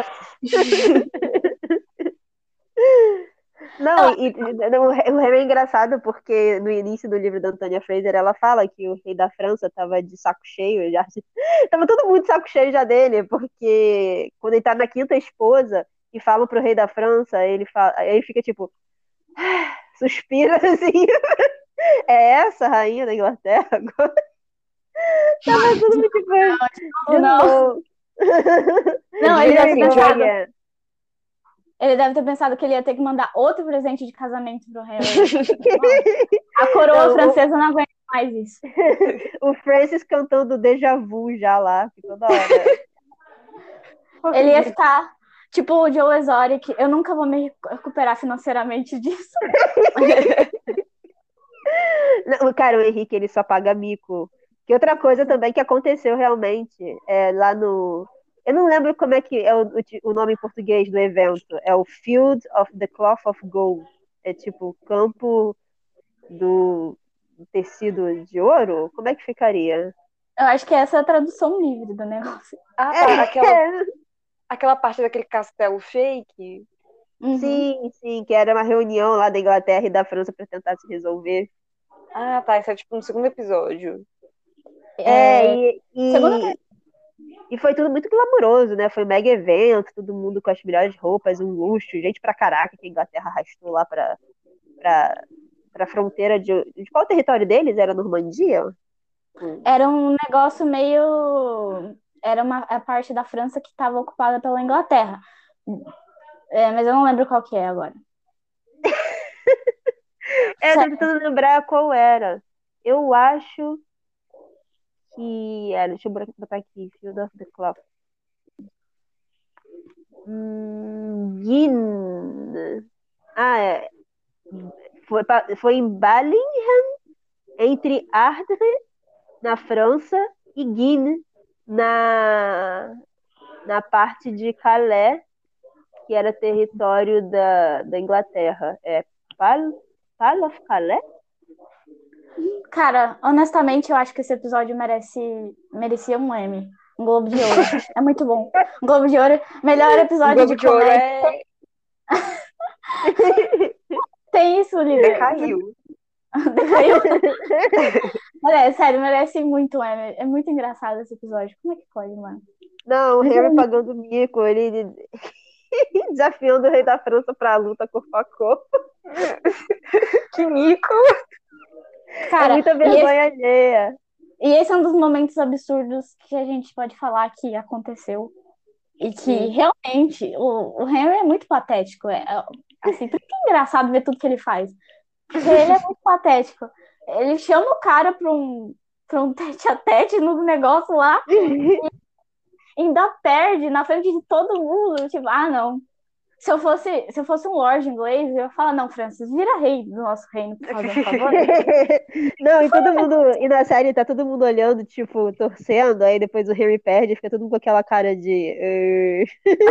Não, e, e não, o Harry é engraçado porque no início do livro da Antônia Fraser ela fala que o rei da França tava de saco cheio já. Tava todo mundo de saco cheio já dele, porque quando ele tá na quinta esposa e falam pro rei da França, ele fala, aí ele fica tipo, suspira assim. É essa a rainha da Inglaterra agora? Tava tudo muito tipo, de Não, novo. não, ele deve ter Jeremy pensado, again. ele deve ter pensado que ele ia ter que mandar outro presente de casamento pro Harry. A coroa Não, o- francesa não aguenta mais isso. O Francis cantando Déjà Vu já lá, que toda hora. Ele ia ficar tipo o Joe Exotic. Eu nunca vou me recuperar financeiramente disso. Não, cara, o Henrique, ele só paga mico. Que outra coisa também que aconteceu realmente é lá no. Eu não lembro como é que é o, o ti- o nome em português do evento. É o Field of the Cloth of Gold. É tipo campo do tecido de ouro? Como é que ficaria? Eu acho que essa é a tradução livre do negócio. Ah, tá. Aquela, É, aquela parte daquele castelo fake. Uhum. sim, sim, que era uma reunião lá da Inglaterra e da França para tentar se resolver. Ah, tá. Isso é tipo um segundo episódio. É, É, e, segunda e, e foi tudo muito glamouroso, né? Foi um mega evento, todo mundo com as melhores roupas, um luxo, gente pra caraca que a Inglaterra arrastou lá pra, pra, pra fronteira de, de qual território deles? Era Normandia? Hum. era um negócio meio. Era uma a parte da França que estava ocupada pela Inglaterra. É, mas eu não lembro qual que é agora. É, eu tô Sério. tentando lembrar qual era. Eu acho que era, deixa eu botar aqui, Field of the Cloth. Hum, Guin. Ah, é. Foi, pa- foi em Ballingham, entre Ardres, na França, e Guin, na, na parte de Calais, que era território da, da Inglaterra. É Pal, Pal of Calais? Cara, honestamente, eu acho que esse episódio merece, merecia um Emmy. Um Globo de Ouro. É muito bom. Um Globo de Ouro. Melhor O episódio Globo de de Ouro comédia. é... Tem isso, Lívia. decaiu. Decaiu. Olha, sério, merece muito um Emmy. É muito engraçado esse episódio. Como é que pode, mano? Não, o Muito Harry bom. pagando mico, ele desafiando o rei da França pra luta corpo a corpo. Que mico! É Cara, muita e esse, vergonha alheia. e esse é um dos momentos absurdos que a gente pode falar que aconteceu. E que Sim. realmente o, o Henry é muito patético. É, é, assim, por que é engraçado ver tudo que ele faz? Porque ele é muito patético. Ele chama o cara pra um, pra um tete a tete no negócio lá, ainda perde na frente de todo mundo. Tipo, ah, não. Se eu fosse, se eu fosse um Lorde inglês, eu ia falar, não, Francis, vira rei do nosso reino, por fazer um favor. Não, e todo mundo, e na série tá todo mundo olhando, tipo, torcendo, aí depois o Harry perde, fica todo mundo com aquela cara de. "Eh".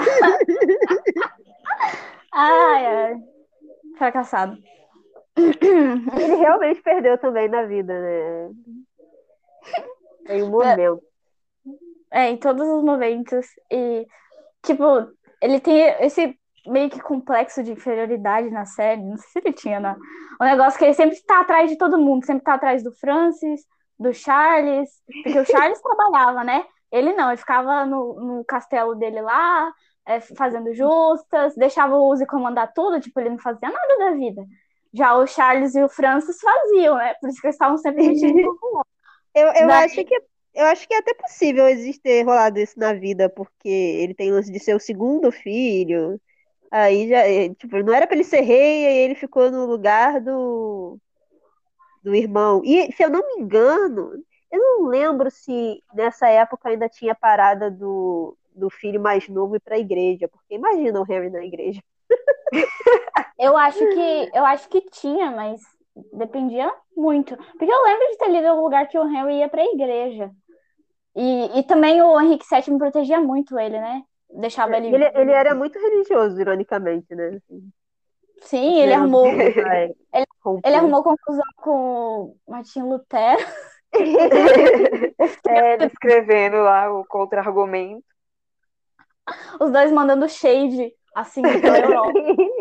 Ai, ai. Fracassado. Ele realmente perdeu também na vida, né? Em um momento. É, em todos os momentos. E, tipo, ele tem esse meio que complexo de inferioridade na série. Não sei se ele tinha, né? O negócio que ele sempre tá atrás de todo mundo. Sempre tá atrás do Francis, do Charles. Porque o Charles trabalhava, né? Ele não, ele ficava no, no castelo dele lá, é, fazendo justas, deixava o Uzi comandar tudo, tipo, ele não fazia nada da vida. Já o Charles e o Francis faziam, né? Por isso que eles estavam sempre metidos no rolê. Eu, eu Daí, acho que eu acho que é até possível existir rolado isso na vida, porque ele tem lance de ser o segundo filho. Aí já, eh, tipo, não era pra ele ser rei, aí ele ficou no lugar do, do irmão. E se eu não me engano, eu não lembro se nessa época ainda tinha parada do, do filho mais novo ir pra igreja, porque imagina o Harry na igreja. eu acho que eu acho que tinha, mas dependia muito. Porque eu lembro de ter lido um lugar que o Henry ia pra igreja. E, e também o Henrique sétimo protegia muito ele, né? Deixava E ele. Ele, ele era muito religioso, ironicamente, né? Assim, Sim, ele considerando que arrumou. ele vai Ele, ele romper. arrumou confusão com o Martin Lutero. É, descrevendo lá o contra-argumento. Os dois mandando shade, assim, pela Europa.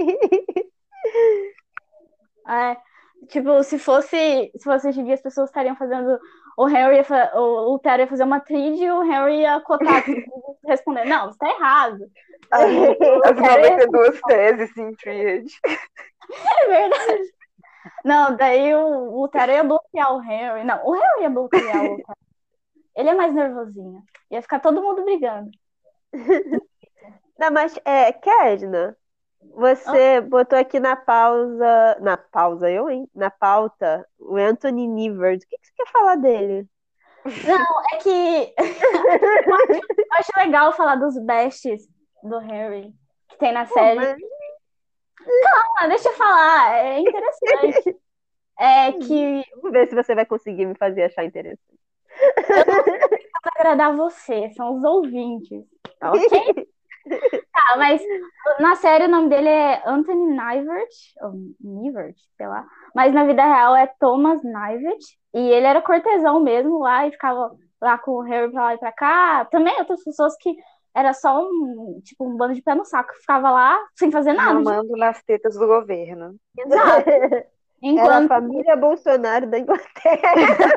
É, tipo, se fosse, se fosse hoje em dia, as pessoas estariam fazendo. O Harry ia, fa- o Lutero ia fazer uma tríade e o Harry ia cotar tudo, responder, não, você tá errado. As, E o as Lutero ia noventa e duas teses em tríade. é verdade. Não, daí o Lutero ia bloquear o Harry. Não, o Harry ia bloquear o Lutero. Ele é mais nervosinho. Ia ficar todo mundo brigando. Não, mas, é, Kedna, você botou aqui na pausa. Na pausa, eu, hein? Na pauta, o Anthony Nivert. O que, que você quer falar dele? Não, é que eu acho, eu acho legal falar dos besties do Harry, que tem na Pô, série. mas- Ah, deixa eu falar, é interessante. É que Vamos ver se você vai conseguir me fazer achar interessante. vai agradar você, são os ouvintes, tá ok? Tá, mas na série o nome dele é Anthony Nivert, ou Nivert, sei lá. Mas na vida real é Thomas Nivert. E ele era cortesão mesmo lá e ficava lá com o Harry pra lá e pra cá. Também outras pessoas que era só um, tipo, um bando de pé no saco. Ficava lá sem fazer nada. de- Mamando nas tetas do governo. Exato. Era a Enquanto, família Bolsonaro da Inglaterra.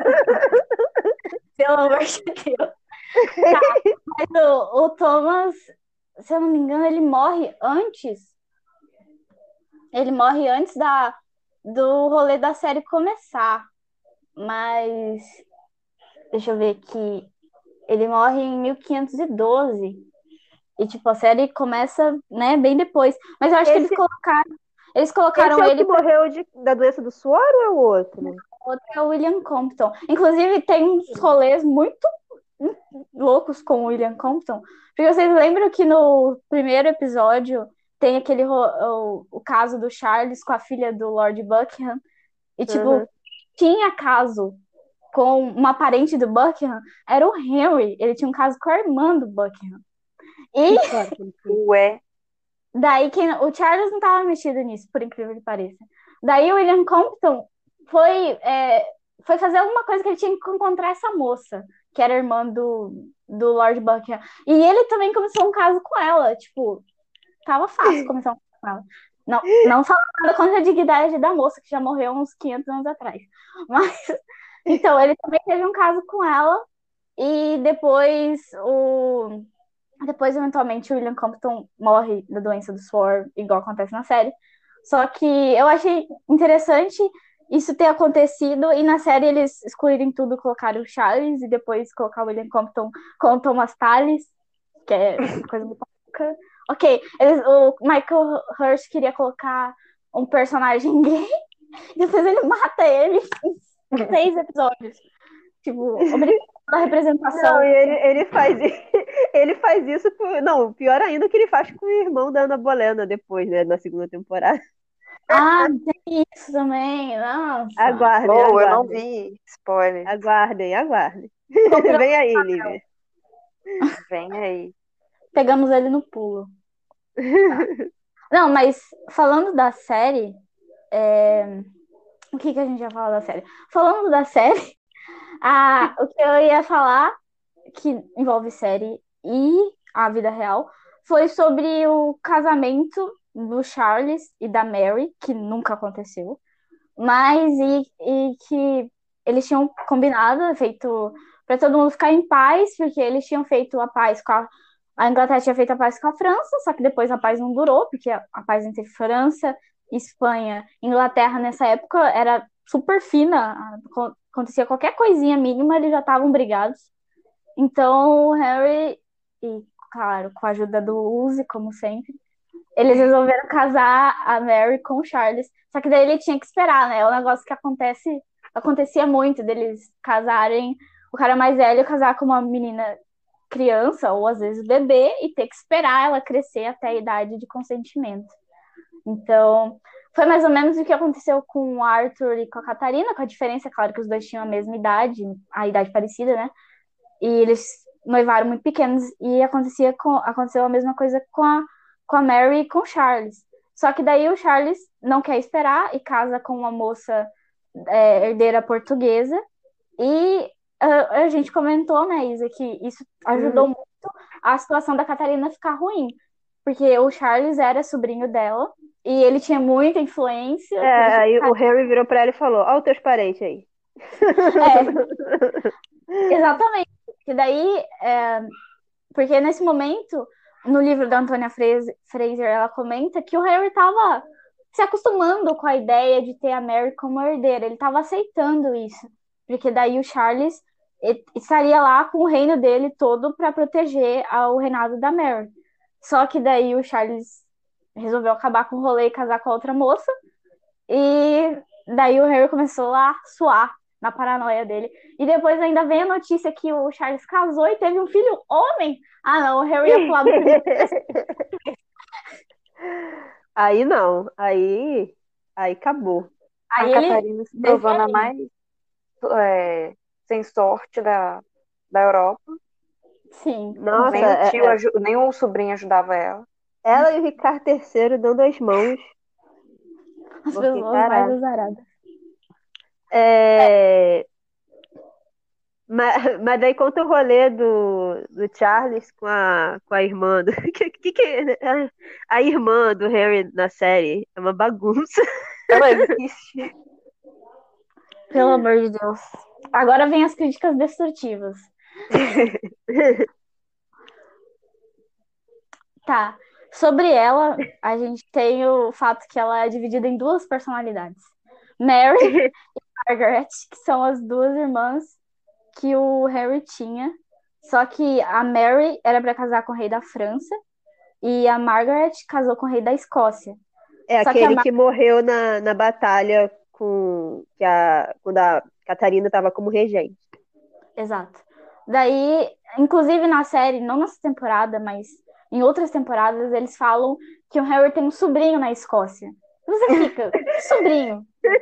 pelo amor de Deus. Tá, mas o, o Thomas, se eu não me engano, ele morre antes. Ele morre antes da, do rolê da série começar. Mas deixa eu ver aqui. Ele morre em mil quinhentos e doze. E, tipo, a série começa, né, bem depois. Mas eu acho que eles Esse, colocaram. Eles esse colocaram é o ele que pra morreu de- da doença do suor ou é o outro? outro, é o William Compton. Inclusive, tem uns rolês muito loucos com o William Compton. Porque vocês lembram que no primeiro episódio tem aquele ro- o, o caso do Charles com a filha do Lord Buckingham. E, tipo, Uhum. tinha caso com uma parente do Buckingham, era o Henry. Ele tinha um caso com a irmã do Buckingham. E Claro que não tinha. Ué, daí quem, o Charles não estava mexido nisso, por incrível que pareça. Daí o William Compton foi, é, foi fazer alguma coisa que ele tinha que encontrar essa moça, que era irmã do, do Lord Buckingham. E ele também começou um caso com ela. Tipo, tava fácil começar um caso com ela. Não, não falando nada contra a dignidade da moça, que já morreu uns quinhentos anos atrás. Mas, então, ele também teve um caso com ela. E depois o depois, eventualmente, o William Compton morre da doença do suor, igual acontece na série. Só que eu achei interessante isso ter acontecido, e na série eles excluírem tudo, colocaram o Charles, e depois colocar o William Compton com o Thomas Tallis, que é uma coisa muito louca. Ok, eles, o Michael Hirsch queria colocar um personagem gay, e depois ele mata ele em seis episódios. Tipo, obrigado pela Não, representação. e ele, ele faz ele faz isso com. Não, pior ainda que ele faz com o irmão da Ana Bolena depois, né? Na segunda temporada. Ah, tem isso também. Nossa. Aguardem, oh, eu não aguardem. vi. Spoiler. Aguardem, aguardem. Compramos- Vem aí, Lívia. Vem aí. Pegamos ele no pulo. Não, mas falando da série, é, o que que a gente ia falar da série? Falando da série, a... o que eu ia falar, que envolve série e a vida real, foi sobre o casamento do Charles e da Mary, que nunca aconteceu, mas e, e que eles tinham combinado, feito para todo mundo ficar em paz, porque eles tinham feito a paz com a, a Inglaterra tinha feito a paz com a França, só que depois a paz não durou, porque a, a paz entre França, Espanha, Inglaterra nessa época era super fina, acontecia qualquer coisinha mínima, eles já estavam brigados. Então o Harry, e claro, com a ajuda do Uzi, como sempre, eles resolveram casar a Mary com o Charles. Só que daí ele tinha que esperar, né? É um negócio que acontece, acontecia muito deles casarem, o cara mais velho casar com uma menina criança, ou às vezes bebê, e ter que esperar ela crescer até a idade de consentimento. Então, foi mais ou menos o que aconteceu com o Arthur e com a Catarina, com a diferença, claro, que os dois tinham a mesma idade, a idade parecida, né? E eles noivaram muito pequenos, e acontecia com, aconteceu a mesma coisa com a com a Mary e com o Charles. Só que daí o Charles não quer esperar e casa com uma moça é, herdeira portuguesa. E a, a gente comentou, né, Isa, que isso ajudou Uhum. muito a situação da Catarina ficar ruim. Porque o Charles era sobrinho dela e ele tinha muita influência. É, aí o Harry virou pra ela e falou: Ó, os teus parentes aí. É, exatamente. E daí, é, porque nesse momento, no livro da Antônia Fraser, ela comenta que o Harry estava se acostumando com a ideia de ter a Mary como herdeira. Ele estava aceitando isso. Porque daí o Charles e- estaria lá com o reino dele todo para proteger a- o reinado da Mary. Só que daí o Charles resolveu acabar com o rolê e casar com a outra moça. E daí o Harry começou a suar na paranoia dele. E depois ainda vem a notícia que o Charles casou e teve um filho homem. Ah, não, o Harry ia pular do primeiro. Aí não, aí, aí acabou. Aí A ele Catarina se provando a mais é, sem sorte da, da Europa. Sim, Nossa, Nem o é- tio, é- aju- nem o sobrinho ajudava ela. ela e o Ricardo terceiro dando as mãos. as Porque, pessoas mais caraca. azaradas. É... Mas, mas daí conta o rolê do, do Charles com a, com a irmã do. Que, que, que é? A irmã do Harry na série é uma bagunça. Ela existe. Pelo amor de Deus. Agora vem as críticas destrutivas. Tá. Sobre ela, a gente tem o fato que ela é dividida em duas personalidades. Mary e Margaret, que são as duas irmãs que o Harry tinha. Só que a Mary era para casar com o rei da França e a Margaret casou com o rei da Escócia. É Só que a aquele Mar- que morreu na, na batalha com que a, quando a Catarina estava como regente. Exato. Daí, inclusive na série, não nessa temporada, mas em outras temporadas, eles falam que o Harry tem um sobrinho na Escócia. Você fica, que sobrinho?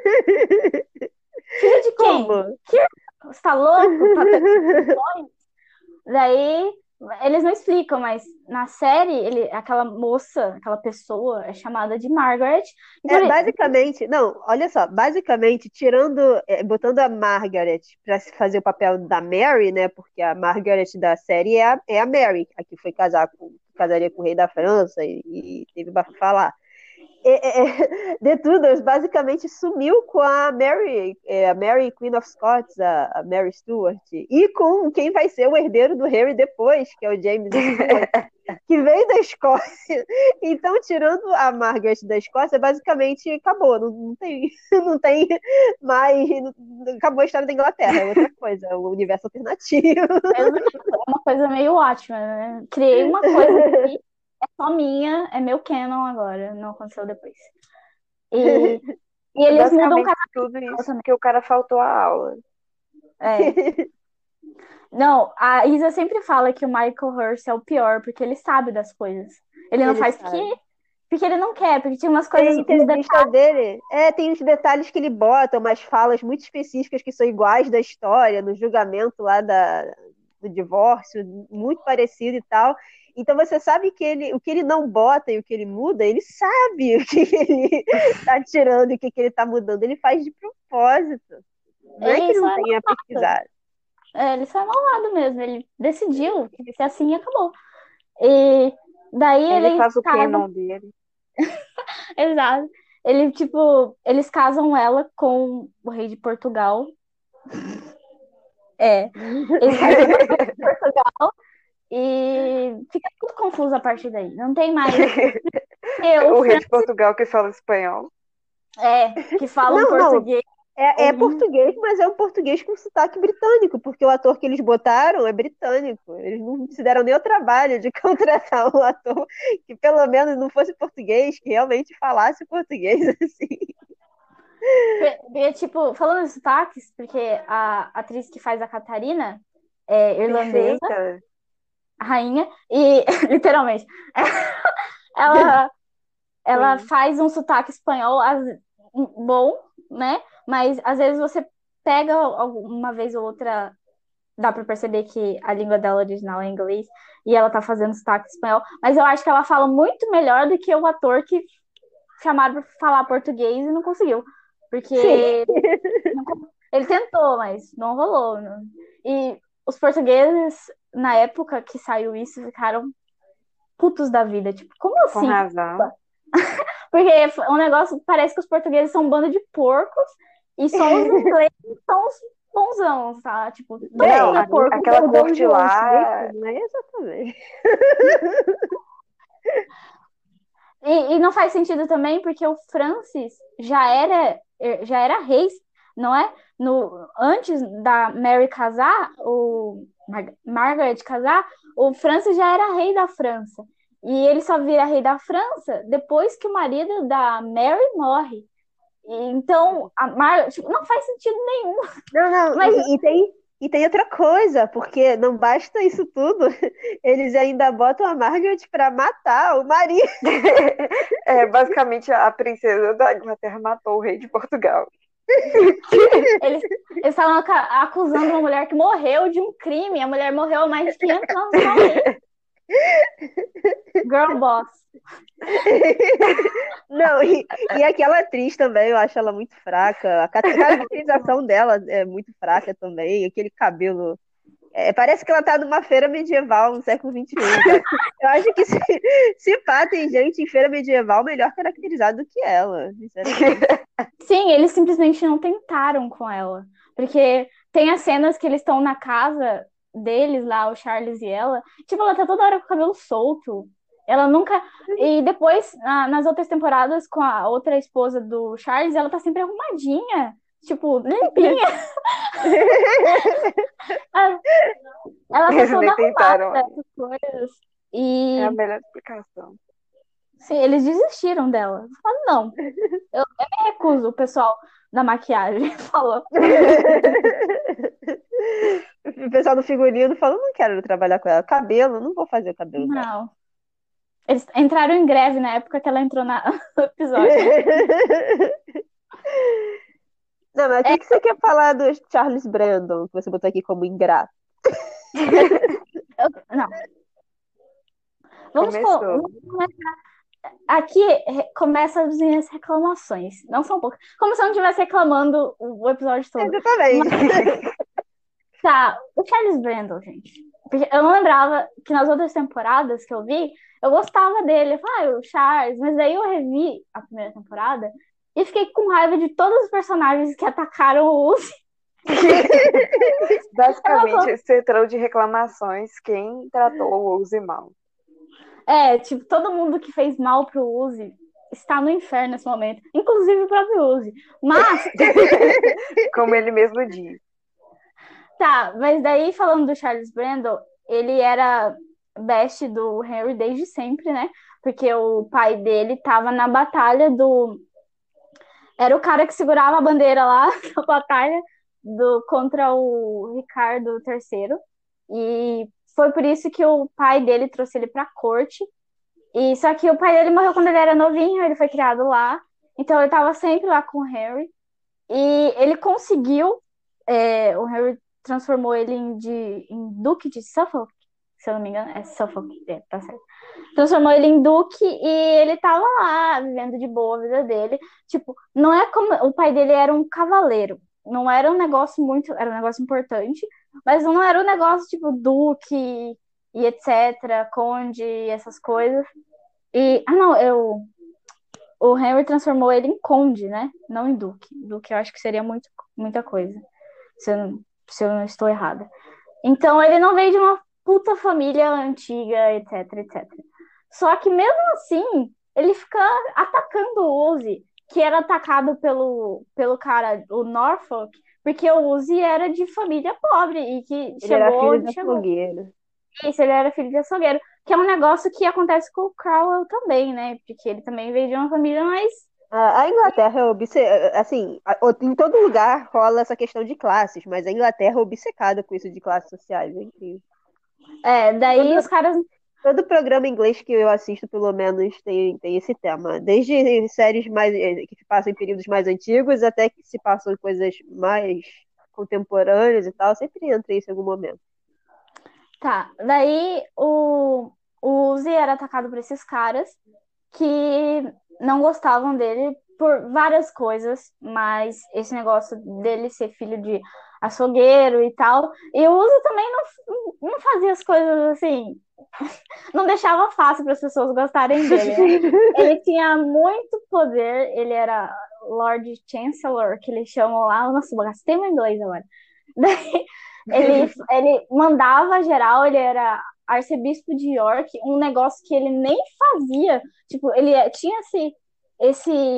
Filho de quem? Como? Você tá louco? Tá tendo sonho? Daí, eles não explicam, mas na série, ele, aquela moça, aquela pessoa é chamada de Margaret. E por É, i- basicamente, não, olha só, basicamente, tirando, é, botando a Margaret para fazer o papel da Mary, né? Porque a Margaret da série é a, é a Mary, a que foi casar com, casaria com o rei da França e, e teve bafafá lá. É, é, é, The Tudors basicamente sumiu com a Mary, é, a Mary Queen of Scots, a, a Mary Stuart, e com quem vai ser o herdeiro do Harry depois, que é o James Stuart, que veio da Escócia. Então, tirando a Margaret da Escócia, basicamente acabou. Não, não tem, não tem mais. Não, acabou a história da Inglaterra, é outra coisa, é um universo alternativo. é uma coisa meio ótima, né? Criei uma coisa aqui, é só minha, é meu canon agora, não aconteceu depois. E, e eles mudam Basicamente cada tudo isso também. porque o cara faltou a aula. É. Não, a Isa sempre fala que o Michael Hurst é o pior, porque ele sabe das coisas. Ele não Ele faz sabe. porque, porque ele não quer, porque tinha umas Tem coisas, uns entrevista detalhes. dele, é, tem uns detalhes que ele bota, umas falas muito específicas que são iguais da história, no julgamento lá da, do divórcio, muito parecido e tal. Então você sabe que ele, o que ele não bota e o que ele muda, ele sabe o que ele tá tirando e o que, que ele tá mudando. Ele faz de propósito. Não é que Ele ele só não é tenha malvado. pesquisado. É, ele só é malvado mesmo. Ele decidiu que ia ser assim e acabou. E daí Ele eles faz o casam. canon dele. Exato. Ele, tipo, eles casam ela com o rei de Portugal. É. Eles casam ela com o rei de Portugal e fica tudo confuso a partir daí. Não tem mais. Porque O o rei Fran de Portugal que fala espanhol. é, que fala um Não, não, português. é, é horrível. português, mas é um português com sotaque britânico, porque o ator que eles botaram é britânico. Eles não se deram nem o trabalho de contratar um ator que pelo menos não fosse português, que realmente falasse português assim. Porque, tipo, falando de sotaques, porque a atriz que faz a Catarina é irlandesa, Perfeita. a rainha, e literalmente, ela, ela Sim. faz um sotaque espanhol as- bom, né? Mas às vezes você pega uma vez ou outra, dá pra perceber que a língua dela original é inglês e ela tá fazendo sotaque espanhol, mas eu acho que ela fala muito melhor do que o ator que chamaram pra falar português e não conseguiu. Porque Sim. não- ele tentou, mas não rolou. Não. E os portugueses, na época que saiu isso, ficaram putos da vida. Tipo, como Com assim? razão. Porque foi um negócio, parece que os portugueses são um bando de porcos e só os ingleses são os bonzãos, tá? Tipo, todo Bem, mundo é a- porco. aquela todo mundo corte de lá. Jeito, não é exatamente. E, e não faz sentido também porque o Francis já era, já era rei não é? No, antes da Mary casar, o Mar- Margaret casar, o Francis já era rei da França. E ele só vira rei da França depois que o marido da Mary morre. E então, a Mar... tipo, não faz sentido nenhum. Não, não, Mas e, e tem, e tem outra coisa, porque não basta isso tudo, eles ainda botam a Margaret pra matar o marido. É, basicamente, a princesa da Inglaterra matou o rei de Portugal. eles eles estavam aca- acusando uma mulher que morreu de um crime. A mulher morreu há mais de quinhentos anos no rei. Girl boss. Não, e, e aquela atriz também, eu acho ela muito fraca. A ca- a caracterização dela é muito fraca também. Aquele cabelo. É, parece que ela tá numa feira medieval no século vinte e um, cara. Eu acho que se, se pá, tem gente em feira medieval melhor caracterizada do que ela, sinceramente. Sim, eles simplesmente não tentaram com ela. Porque tem as cenas que eles estão na casa deles lá, o Charles e ela. Tipo, ela tá toda hora com o cabelo solto. Ela nunca. E depois, na- nas outras temporadas, com a outra esposa do Charles, ela tá sempre arrumadinha. Tipo, limpinha. Ela, ela tá Eles toda nem tentaram. arrumada, essas coisas. E É a melhor explicação. sim, eles desistiram dela. Falaram, não, eu, eu me recuso, o pessoal da maquiagem falou. O pessoal do figurino falou, não quero trabalhar com ela. Cabelo, não vou fazer o cabelo dela. Não. Eles entraram em greve na época que ela entrou na, no episódio. Não, mas o que, que você quer falar do Charles Brandon, que você botou aqui como ingrato? Eu- não. Vamos, co- Começou. vamos começar. Aqui re- começa as minhas reclamações. Não são poucas. Como se eu não estivesse reclamando o, o episódio todo. Exatamente. Tá, o Charles Brandon, gente. Porque eu não lembrava que nas outras temporadas que eu vi, eu gostava dele. Eu falei, ah, o Charles. Mas daí eu revi a primeira temporada e fiquei com raiva de todos os personagens que atacaram o Uzi. Basicamente, você entrou de reclamações quem tratou o Uzi mal. É, tipo, todo mundo que fez mal pro Uzi está no inferno nesse momento. Inclusive o próprio Uzi. Mas, Como ele mesmo diz. tá, mas daí falando do Charles Brandon, ele era best do Henry desde sempre, né? Porque o pai dele tava na batalha do... Era o cara que segurava a bandeira lá na batalha do... contra o Ricardo terceiro. E foi por isso que o pai dele trouxe ele pra corte. E só que o pai dele morreu quando ele era novinho, ele foi criado lá. Então ele tava sempre lá com o Harry. E ele conseguiu. É, o Harry transformou ele em, de, em Duque de Suffolk, se eu não me engano. É Suffolk, é, tá certo. Transformou ele em Duque e ele tava lá, vivendo de boa a vida dele. Tipo, não é como. O pai dele era um cavaleiro. Não era um negócio muito. Era um negócio importante, mas não era um negócio tipo Duque e etc, Conde, essas coisas. E, ah, não, eu, o Henry transformou ele em Conde, né? Não em Duque. Duque eu acho que seria muito, muita coisa, se eu, não, se eu não estou errada. Então, ele não veio de uma puta família antiga, etc, etcétera. Só que, mesmo assim, ele fica atacando o Uzi, que era atacado pelo, pelo cara, o Norfolk, porque o Uzi era de família pobre e que Ele chegou era filho onde da chegou. fogueira. Isso, ele era filho de açougueiro, que é um negócio que acontece com o Crowell também, né? Porque ele também veio de uma família mais... A a Inglaterra é obce... assim, a- o- em todo lugar rola essa questão de classes, mas a Inglaterra é obcecada com isso de classes sociais, é incrível. É, daí Todo, os caras... todo programa inglês que eu assisto, pelo menos, tem, tem esse tema. Desde séries mais eh, que se passam em períodos mais antigos até que se passam em coisas mais contemporâneas e tal, sempre entra isso em algum momento. Tá, daí o, o Uzi era atacado por esses caras que não gostavam dele por várias coisas, mas esse negócio dele ser filho de açougueiro e tal, e o Uzi também não, não fazia as coisas assim, não deixava fácil para as pessoas gostarem dele, né? Ele tinha muito poder, ele era Lord Chancellor, que eles chamam lá, nossa, gastei meu inglês agora. Daí, ele, ele mandava geral, ele era arcebispo de York, um negócio que ele nem fazia. Tipo, ele tinha esse, esse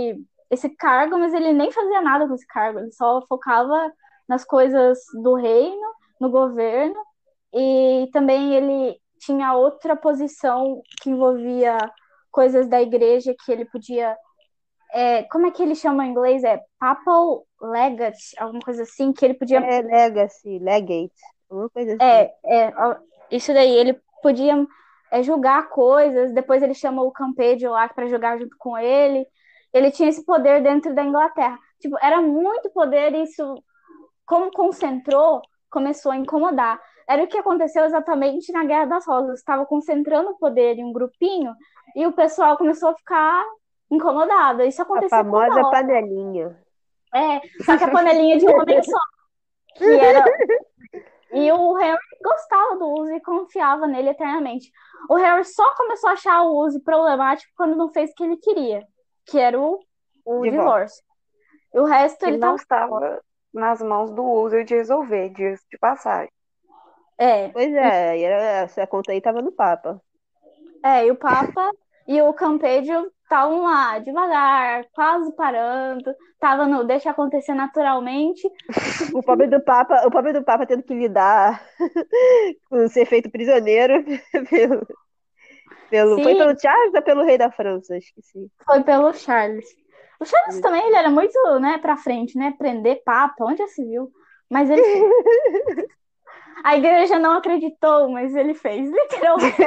esse cargo, mas ele nem fazia nada com esse cargo, ele só focava nas coisas do reino, no governo, e também ele tinha outra posição que envolvia coisas da igreja que ele podia. É, como é que ele chama em inglês? É papal legate, alguma coisa assim, que ele podia. É Legacy, Legate, alguma coisa assim. É, é, isso daí, ele podia é, julgar coisas, depois ele chamou o Campeggio lá para jogar junto com ele. Ele tinha esse poder dentro da Inglaterra. Tipo, era muito poder e isso, como concentrou, começou a incomodar. Era o que aconteceu exatamente na Guerra das Rosas. Estava concentrando o poder em um grupinho e o pessoal começou a ficar incomodado. Isso A acontecia famosa toda hora. panelinha. É, só que a panelinha de um homem só, que era. E o Harry gostava do Uzi e confiava nele eternamente. O Harry só começou a achar o Uzi problemático quando não fez o que ele queria, que era o, o De volta. divórcio. E o resto Que ele não tava. estava nas mãos do uso de resolver, dias de passagem. É, Pois e, é, e era- essa conta aí tava no Papa. é, e o Papa e o Campeggio estavam lá, devagar, quase parando, tava no deixa acontecer naturalmente. O pobre do Papa, o pobre do Papa tendo que lidar com ser feito prisioneiro pelo, pelo, foi Sim, pelo Charles ou pelo rei da França? Esqueci. foi pelo Charles. O Charles também, ele era muito, né, pra frente, né, prender Papa, onde já se viu? Mas ele fez. A igreja não acreditou, mas ele fez, literalmente.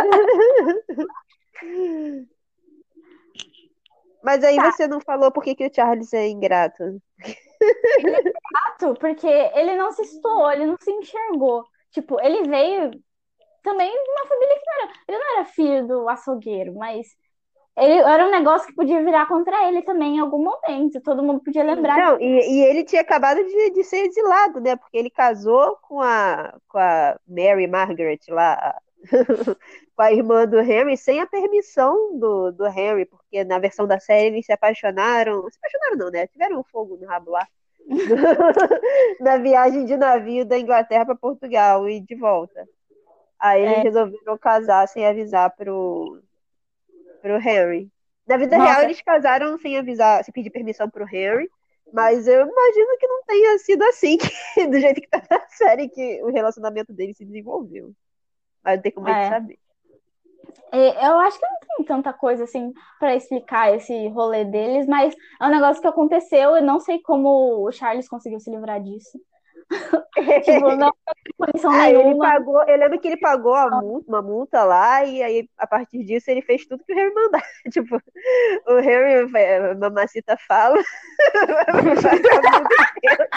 Mas aí Tá, você não falou por que, que o Charles é ingrato. exato, porque ele não se situou, ele não se enxergou. Tipo, ele veio também de uma família que não era. Ele não era filho do açougueiro, mas ele era um negócio que podia virar contra ele também em algum momento. Todo mundo podia lembrar. Não, e, e ele tinha acabado de, de ser exilado, né? Porque ele casou com a, com a Mary Margaret lá, com a irmã do Henry, sem a permissão do, do Henry, porque na versão da série eles se apaixonaram. Se apaixonaram, não, né? Tiveram um fogo no rabo lá. Na viagem de navio da Inglaterra para Portugal e de volta. Aí eles É, resolveram casar sem avisar pro, pro Henry. Na vida real, nossa, eles casaram sem avisar, sem pedir permissão pro Henry. Mas eu imagino que não tenha sido assim, que, do jeito que tá na série, que o relacionamento deles se desenvolveu. Mas não tem como a gente é. saber. É, eu acho que não tem tanta coisa assim para explicar esse rolê deles, mas é um negócio que aconteceu e não sei como o Charles conseguiu se livrar disso. Tipo, não tem punição Ah, ele nenhuma. pagou, eu lembro que ele pagou a multa, uma multa lá, e aí, a partir disso, ele fez tudo que o Harry mandava. Tipo, o Harry, a mamacita fala, faz a multa inteira.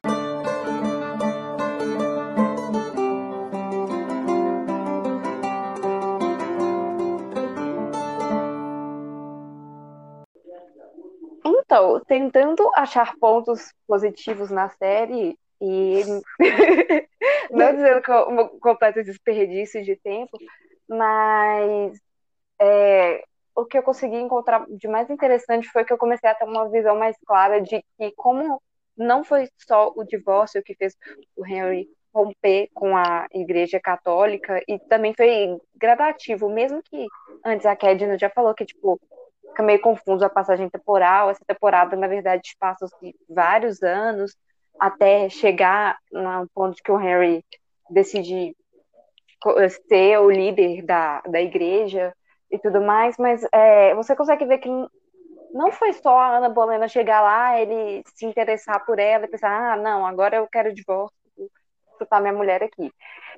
Então, tentando achar pontos positivos na série e não dizendo que é um completo desperdício de tempo, mas é, o que eu consegui encontrar de mais interessante foi que eu comecei a ter uma visão mais clara de que como não foi só o divórcio que fez o Henry romper com a Igreja Católica, e também foi gradativo, mesmo que antes a Kedna já falou que, tipo, fica meio confuso a passagem temporal. Essa temporada, na verdade, passa-se vários anos até chegar no ponto que o Harry decide ser o líder da, da igreja e tudo mais, mas é, você consegue ver que não foi só a Ana Bolena chegar lá, ele se interessar por ela e pensar, ah, não, agora eu quero divórcio, chutar minha mulher aqui.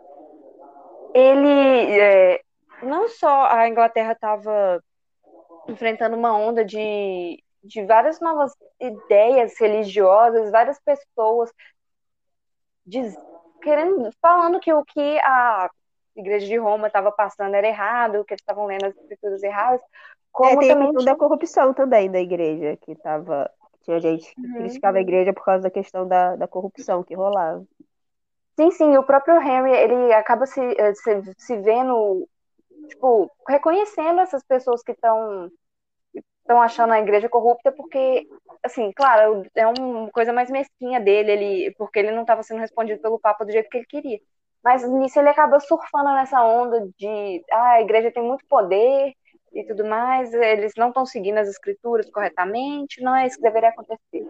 Ele, é, não só a Inglaterra estava enfrentando uma onda de, de várias novas ideias religiosas, várias pessoas diz, querendo, falando que o que a Igreja de Roma estava passando era errado, que eles estavam lendo as escrituras erradas, É, como tem a também questão da tinha... corrupção também da igreja, que tava. Tinha gente que Uhum. criticava a igreja por causa da questão da, da corrupção que rolava. Sim, sim, o próprio Henry, ele acaba se, se, se vendo, tipo, reconhecendo essas pessoas que estão estão achando a igreja corrupta, porque, assim, claro, é uma coisa mais mesquinha dele, ele, porque ele não estava sendo respondido pelo Papa do jeito que ele queria. Mas nisso ele acaba surfando nessa onda de, ah, a igreja tem muito poder, e tudo mais, eles não estão seguindo as escrituras corretamente, não é isso que deveria acontecer.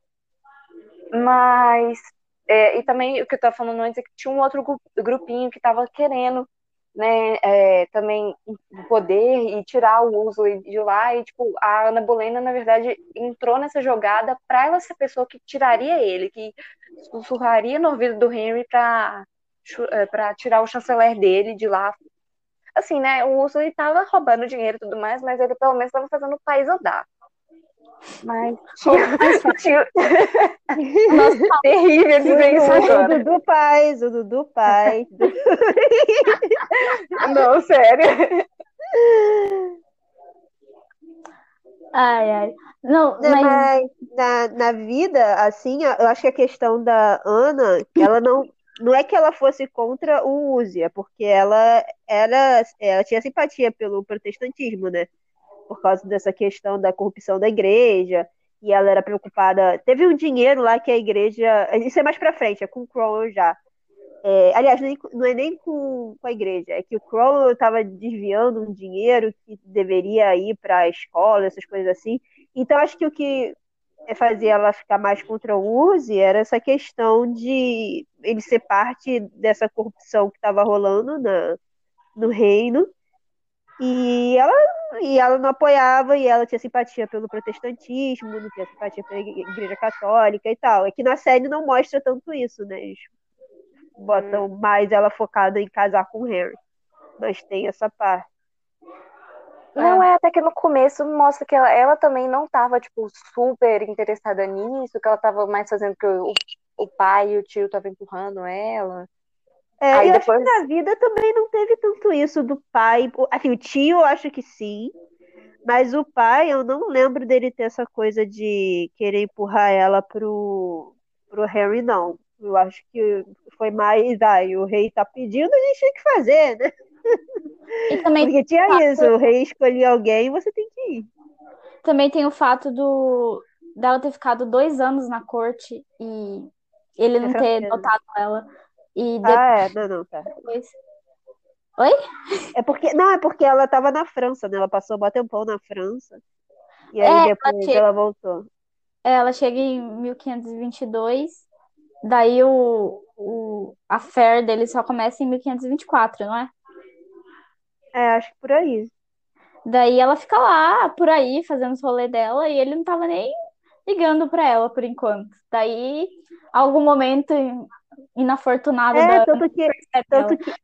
Mas, é, e também o que eu estava falando antes é que tinha um outro grupinho que estava querendo, né, é, também o poder e tirar o uso de lá, e tipo, a Ana Bolena, na verdade, entrou nessa jogada para ela ser a pessoa que tiraria ele, que sussurraria no ouvido do Henry para para tirar o chanceler dele de lá. Assim, né, o Uso estava roubando dinheiro e tudo mais, mas ele pelo menos estava fazendo o país andar. Mas tinha, tinha... Nossa, terrível dizer isso O agora. Dudu Paz, o Dudu Paz. Não, sério. ai, ai. Não, Né, mas mas na, na vida, assim, eu acho que a questão da Ana, ela não, não é que ela fosse contra o Uzi, é porque ela era, ela tinha simpatia pelo protestantismo, né? Por causa dessa questão da corrupção da igreja, e ela era preocupada. Teve um dinheiro lá que a igreja. Isso é mais pra frente, é com o Crowell já. É, aliás, nem- não é nem com, com a igreja, é que o Crowell estava desviando um dinheiro que deveria ir para a escola, essas coisas assim. Então, acho que o que fazia ela ficar mais contra o Uzi era essa questão de ele ser parte dessa corrupção que estava rolando na, no reino. E ela, e ela não apoiava, e ela tinha simpatia pelo protestantismo, não tinha simpatia pela igreja católica e tal. É que na série não mostra tanto isso, né? Eles botam Hum. mais ela focada em casar com o Harry. Mas tem essa parte. Não, é até que no começo mostra que ela, ela também não estava tipo, super interessada nisso, que ela estava mais fazendo que o, o pai e o tio estavam empurrando ela. É, Aí eu acho que depois. na vida também não teve tanto isso do pai. Assim, o tio eu acho que sim, mas o pai eu não lembro dele ter essa coisa de querer empurrar ela pro, pro Harry, não. Eu acho que foi mais, ai, o rei tá pedindo, a gente tem que fazer, né? e também Porque tinha isso, o rei escolhia alguém, você tem que ir. também tem o fato do dela ter ficado dois anos na corte e ele É não ter francesa. notado ela. E Ah, é, não, não, tá. depois. Oi? É porque, não, é porque ela tava na França, né? Ela passou um tempão na França. E É, aí ela depois chega, ela voltou. ela chega em mil quinhentos e vinte e dois, daí o, o a affair dele só começa em mil quinhentos e vinte e quatro, não é? É, acho que por aí. Daí ela fica lá, por aí, fazendo os rolês dela, e ele não tava nem ligando pra ela por enquanto. Daí, algum momento inafortunado É, da tanto que, percebe ela. tanto que,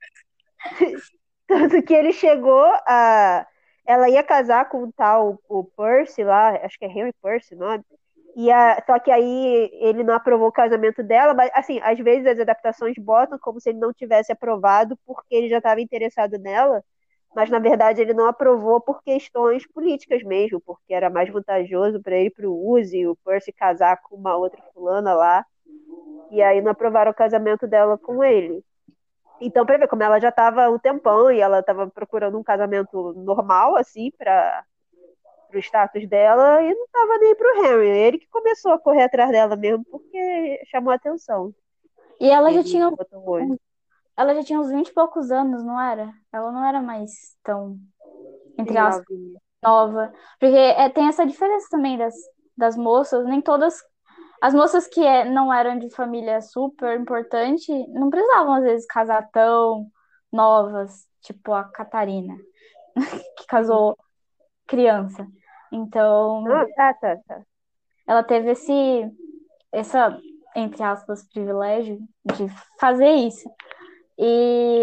tanto que ele chegou a. Ela ia casar com o tal, o Percy lá, acho que é Henry Percy o nome. E a, só que aí ele não aprovou o casamento dela, mas assim, às vezes as adaptações botam como se ele não tivesse aprovado porque ele já estava interessado nela, mas na verdade ele não aprovou por questões políticas mesmo, porque era mais vantajoso para ele, para o Uzi, o Percy casar com uma outra fulana lá, e aí não aprovaram o casamento dela com ele. Então, para ver como ela já estava um tempão e ela estava procurando um casamento normal, assim, para o status dela, e não estava nem pro Henry. Ele que começou a correr atrás dela mesmo, porque chamou a atenção. E ela já Ele tinha, botou o olho. ela já tinha uns vinte e poucos anos, não era? Ela não era mais tão, entre Sim, aspas, novinha. nova. Porque é, tem essa diferença também das, das moças, nem todas. As moças que é, não eram de família super importante não precisavam, às vezes, casar tão novas, tipo a Catarina, que Sim. casou criança. Então, Ah, tá, tá, tá. ela teve esse, essa, entre aspas, privilégio de fazer isso. E,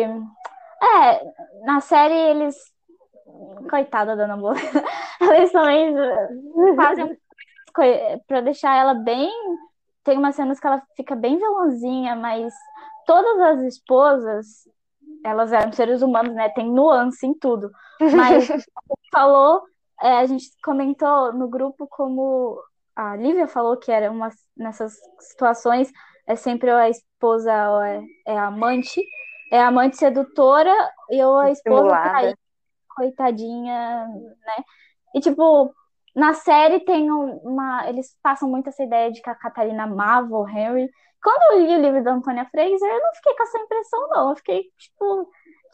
é, na série eles, coitada da Ana Bolena, eles também fazem para deixar ela bem. Tem umas cenas que ela fica bem vilãzinha, mas todas as esposas, elas eram seres humanos, né? Tem nuance em tudo. Mas falou, é, a gente comentou no grupo como a Lívia falou que era uma nessas situações é sempre ou a esposa ou é, é a amante, é a amante sedutora e ou a esposa traída, Estimulada. coitadinha, né? E tipo, na série tem um- uma. Eles passam muito essa ideia de que a Catarina amava o Henry. Quando eu li o livro da Antônia Fraser, eu não fiquei com essa impressão, não. Eu fiquei, tipo,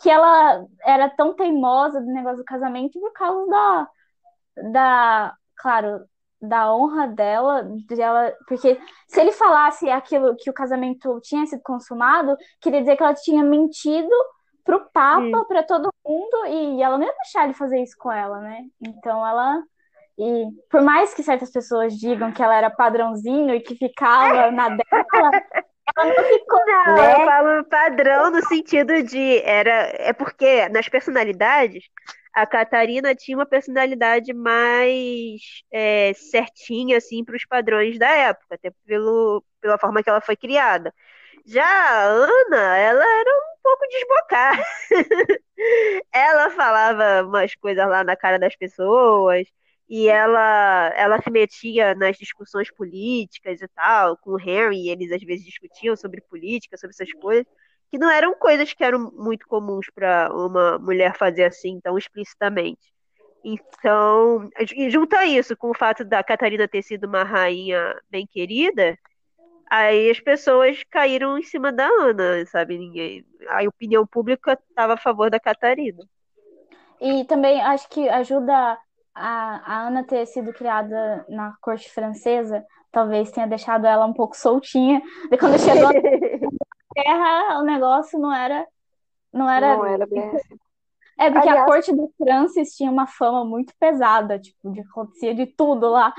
que ela era tão teimosa do negócio do casamento por causa da, da, claro, da honra dela, dela, porque se ele falasse aquilo que o casamento tinha sido consumado, queria dizer que ela tinha mentido pro Papa, Hum. para todo mundo, e ela não ia deixar ele fazer isso com ela, né? Então ela e por mais que certas pessoas digam que ela era padrãozinho e que ficava na dela, ela não ficou, Não, eu né? falo padrão no sentido de era é porque nas personalidades a Catarina tinha uma personalidade mais é, certinha assim para os padrões da época, até pelo, pela forma que ela foi criada. Já a Ana, ela era um pouco desbocada. Ela falava umas coisas lá na cara das pessoas e ela ela se metia nas discussões políticas e tal, com o Henry, e eles às vezes discutiam sobre política, sobre essas coisas, que não eram coisas que eram muito comuns para uma mulher fazer assim tão explicitamente. Então, e junta isso com o fato da Catarina ter sido uma rainha bem querida, aí as pessoas caíram em cima da Ana, sabe? Ninguém, a opinião pública estava a favor da Catarina. E também acho que ajuda a, a Ana ter sido criada na corte francesa, talvez tenha deixado ela um pouco soltinha. E quando chegou na Terra, o negócio não era, não era. Não era bem assim. É porque a Aliás, corte do Francis tinha uma fama muito pesada, tipo, de acontecia de tudo lá.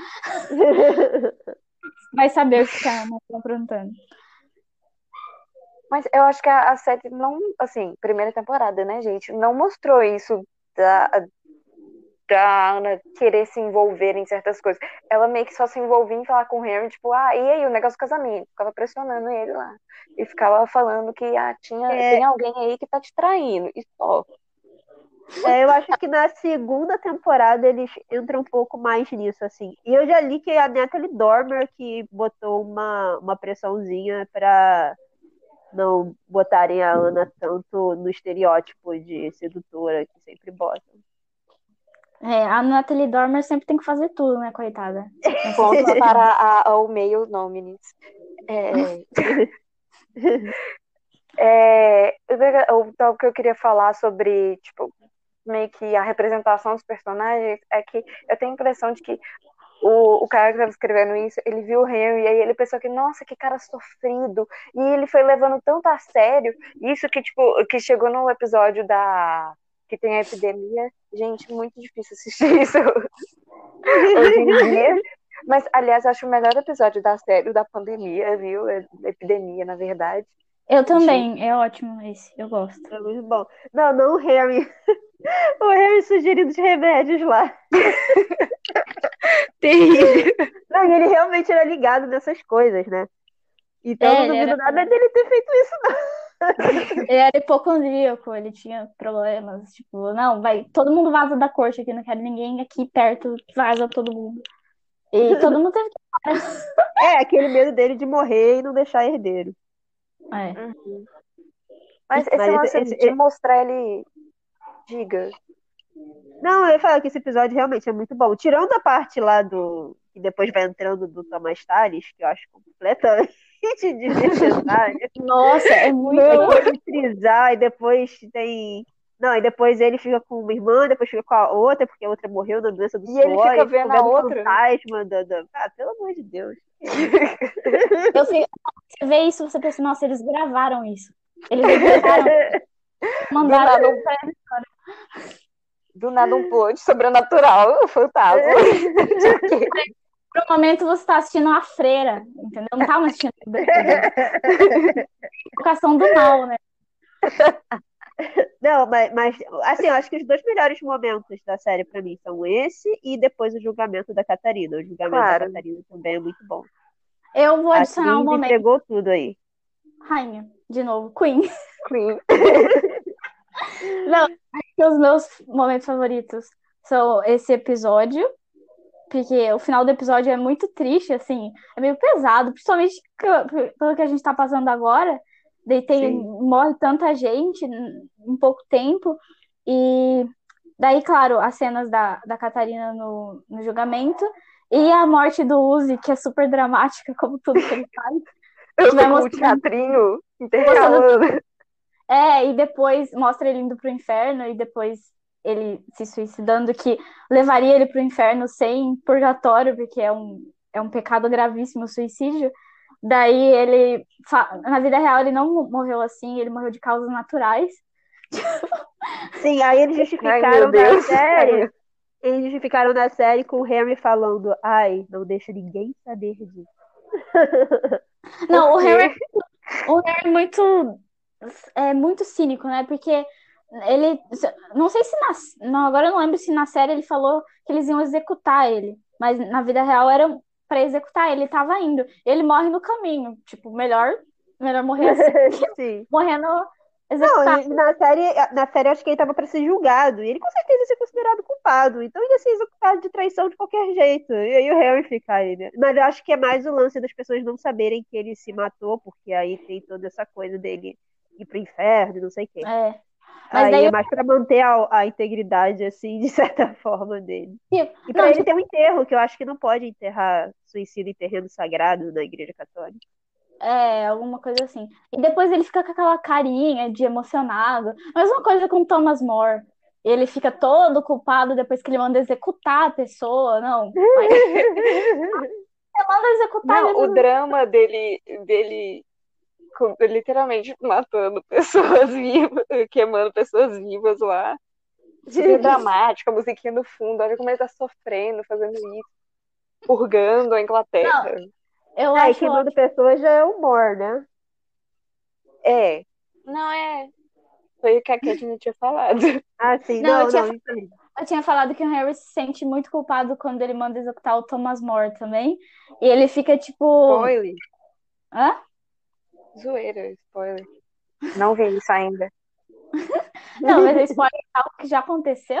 Vai saber o que a Ana tá aprontando. mas eu acho que a, a série não, assim, primeira temporada, né, gente, não mostrou isso da, da Ana querer se envolver em certas coisas. Ela meio que só se envolvia em falar com o Harry, tipo, ah, e aí o negócio do casamento? Ficava pressionando ele lá. E ficava falando que ah, tinha, É, tem alguém aí que tá te traindo. E só. é, eu acho que na segunda temporada eles entram um pouco mais nisso, assim. E eu já li que é a Natalie Dormer que botou uma, uma pressãozinha pra não botarem a Ana tanto no estereótipo de sedutora que sempre botam. É, a Natalie Dormer sempre tem que fazer tudo, né, coitada? Pontos para a, ao meio nominis. É, é, o, o que eu queria falar sobre, tipo, meio que a representação dos personagens é que eu tenho a impressão de que o, o cara que estava escrevendo isso, ele viu o Henry e aí ele pensou que, nossa, que cara sofrido. E ele foi levando tanto a sério isso que, tipo, que chegou no episódio da que tem a epidemia. Gente, muito difícil assistir isso hoje em dia. Mas, aliás, acho o melhor episódio da série, o da pandemia, viu? É, epidemia, na verdade. Eu também, é ótimo esse, eu gosto. É muito bom. Não, não o Harry. O Harry sugerindo os remédios lá. Terrível. Não, e ele realmente era ligado nessas coisas, né? Então É, eu ele não duvido era- nada dele ter feito isso, não. Ele era hipocondríaco, ele tinha problemas, tipo, não, vai, todo mundo vaza da corte aqui, não quero ninguém aqui perto, vaza todo mundo. E todo mundo teve que. É, aquele medo dele de morrer e não deixar herdeiro. É. Uhum. Mas esse Mas lance esse- de esse- mostrar ele. Diga. Não, eu ia falar que esse episódio realmente é muito bom. Tirando a parte lá do. Que depois vai entrando do Thomas Tales, que eu acho completamente desnecessário. Nossa, é muito. Depois de trisar, e depois tem. Não, e depois ele fica com uma irmã, depois fica com a outra, porque a outra morreu da doença do E ele suor, fica e fica vendo a vendo o outra. fantasma da, da- Ah, pelo amor de Deus. Eu fico- Você vê isso, você pensa, nossa, eles gravaram isso. Eles editaram, mandaram. Do nada, Do nada um plot sobrenatural, fantasma. Por um momento você tá assistindo a freira, entendeu? Não tava assistindo Invocação do Mal, né? Não, mas, mas assim, eu acho que os dois melhores momentos da série pra mim são esse e depois o julgamento da Catarina. O julgamento Claro. da Catarina também é muito bom. Eu vou A adicionar um atriz momento. entregou tudo aí. Rainha, de novo, Queen. Queen. Não, acho que os meus momentos favoritos são esse episódio, porque o final do episódio é muito triste, assim, é meio pesado, principalmente que- pelo que a gente tá passando agora. Daí tem, Sim. morre tanta gente em em pouco tempo, e daí, claro, as cenas da, da Catarina no, no julgamento, e a morte do Uzi, que é super dramática, como tudo que ele faz. Eu Vai tô com o mostrando- teatrinho intercalando. É, e depois mostra ele indo pro inferno e depois ele se suicidando, que levaria ele pro inferno sem purgatório, porque é um, é um pecado gravíssimo o suicídio. Daí ele, fa- na vida real, ele não morreu assim, ele morreu de causas naturais. Sim, aí eles Ai, meu justificaram na Deus. Ai, série, meu... eles justificaram na série com o Henry falando, ai, não deixa ninguém saber disso. Por Não, o Henry, quê? o Henry é muito, é muito cínico, né? Porque ele, não sei se na, não, agora eu não lembro se na série ele falou que eles iam executar ele, mas na vida real era para executar ele, ele tava indo. Ele morre no caminho, tipo, melhor, melhor morrer assim, Sim. morrendo Não, executado. e na série, na série eu acho que ele tava pra ser julgado. E ele com certeza ia ser considerado culpado. Então ele ia ser executado de traição de qualquer jeito. E aí o Harry fica aí, né? Mas eu acho que é mais o lance das pessoas não saberem que ele se matou, porque aí tem toda essa coisa dele ir pro inferno e não sei o quê. É. Mas Aí daí é mais pra manter a, a integridade, assim, de certa forma, dele. tipo, E pra não, ele tipo, ter um enterro, que eu acho que não pode enterrar suicida em terreno sagrado na Igreja Católica. é, alguma coisa assim. E depois ele fica com aquela carinha de emocionado. Mesma coisa com o Thomas More. Ele fica todo culpado depois que ele manda executar a pessoa. Não, mas você manda executar Não, ele o mesmo. drama dele, dele com- literalmente matando pessoas vivas, queimando pessoas vivas lá. Super dramático, a musiquinha no fundo. Olha como ele tá sofrendo fazendo isso. Purgando a Não, Inglaterra. eu É, e acho queimando ótimo. pessoas já é humor, né? É. Não é. Foi o que a Katina tinha falado. Ah, sim, Não, eu não, tinha, não, entendi. eu tinha falado que o Harry se sente muito culpado quando ele manda executar o Thomas More também. E ele fica tipo. Spoiler. Hã? Zoeira, spoiler. Não vi isso ainda. Não, mas é spoiler de algo que já aconteceu.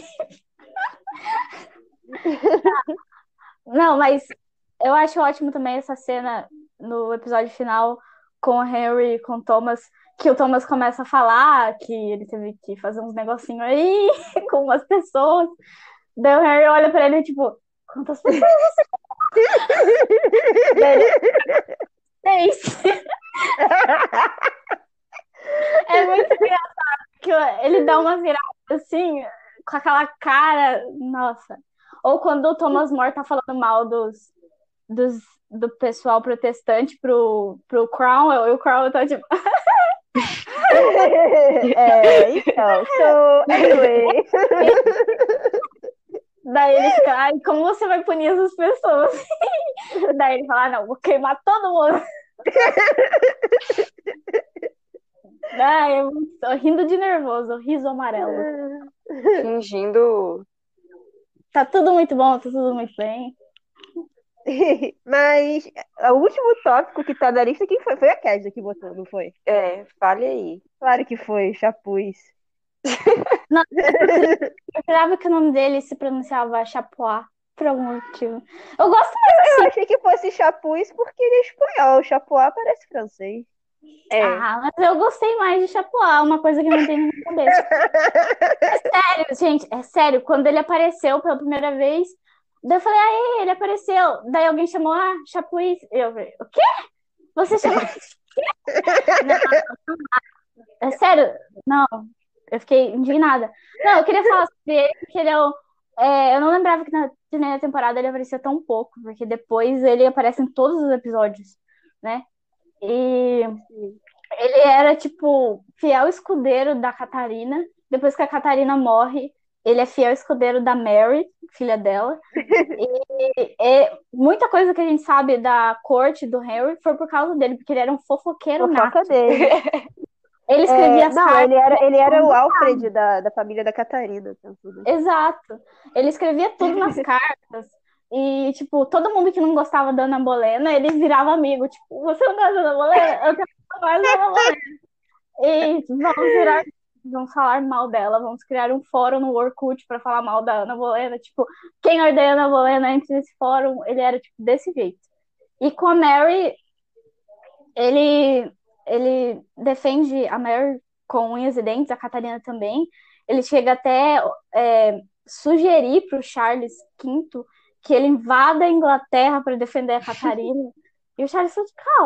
Não, mas eu acho ótimo também essa cena no episódio final com o Henry, com o Thomas, que o Thomas começa a falar que ele teve que fazer uns negocinhos aí com umas pessoas. Daí o Harry olha pra ele tipo, quantas pessoas daí ele fez? É muito engraçado que ele dá uma virada assim, com aquela cara, nossa. Ou quando o Thomas More tá falando mal dos, dos, do pessoal protestante pro, pro Cromwell, e o Cromwell tá tipo, É, então, so, anyway. daí ele fica, ai, como você vai punir essas pessoas? Daí ele fala, ah, não, vou queimar todo mundo. Ai, eu tô rindo de nervoso, riso amarelo. Fingindo. Tá tudo muito bom, tá tudo muito bem. Mas o último tópico que tá na lista, quem foi? Foi a Kézia que botou, não foi? É, fale aí. Claro que foi, Chapuz. Não, eu esperava que o nome dele se pronunciava Chapuá, por algum motivo. Eu gosto mais Eu assim. achei que fosse Chapuz porque ele é espanhol. Chapuá parece francês. É. Ah, mas eu gostei mais de Chapuá, uma coisa que não tem na minha cabeça. Sério, gente, é sério, quando ele apareceu pela primeira vez, daí eu falei, ah, ele apareceu. Daí alguém chamou, ah, Chapuís. Eu falei, o quê? Você chamou? Não, é sério? Não, eu fiquei indignada. Não, eu queria falar sobre ele, porque ele é o. É, eu não lembrava que na primeira temporada ele aparecia tão pouco, porque depois ele aparece em todos os episódios, né? E ele era, tipo, fiel escudeiro da Catarina. Depois que a Catarina morre, ele é fiel escudeiro da Mary, filha dela. E, e muita coisa que a gente sabe da corte do Henry foi por causa dele, porque ele era um fofoqueiro nato. Fofoca dele. Ele escrevia É, as não, ele cartas. era, ele era o Alfred da, da família da Catarina. Tá tudo. Exato. Ele escrevia tudo nas cartas. E, tipo, todo mundo que não gostava da Ana Bolena, ele virava amigo. Tipo, você não gosta da Ana Bolena? Eu também não gosto da Ana Bolena. E vamos virar, vamos falar mal dela, vamos criar um fórum no Orkut para falar mal da Ana Bolena. Tipo, quem odeia a Ana Bolena entra nesse fórum, ele era, tipo, desse jeito. E com a Mary, ele, ele defende a Mary com unhas e dentes, a Catarina também. Ele chega até é, sugerir para o Charles quinto que ele invada a Inglaterra para defender a Catarina. E o Charles falou, cala,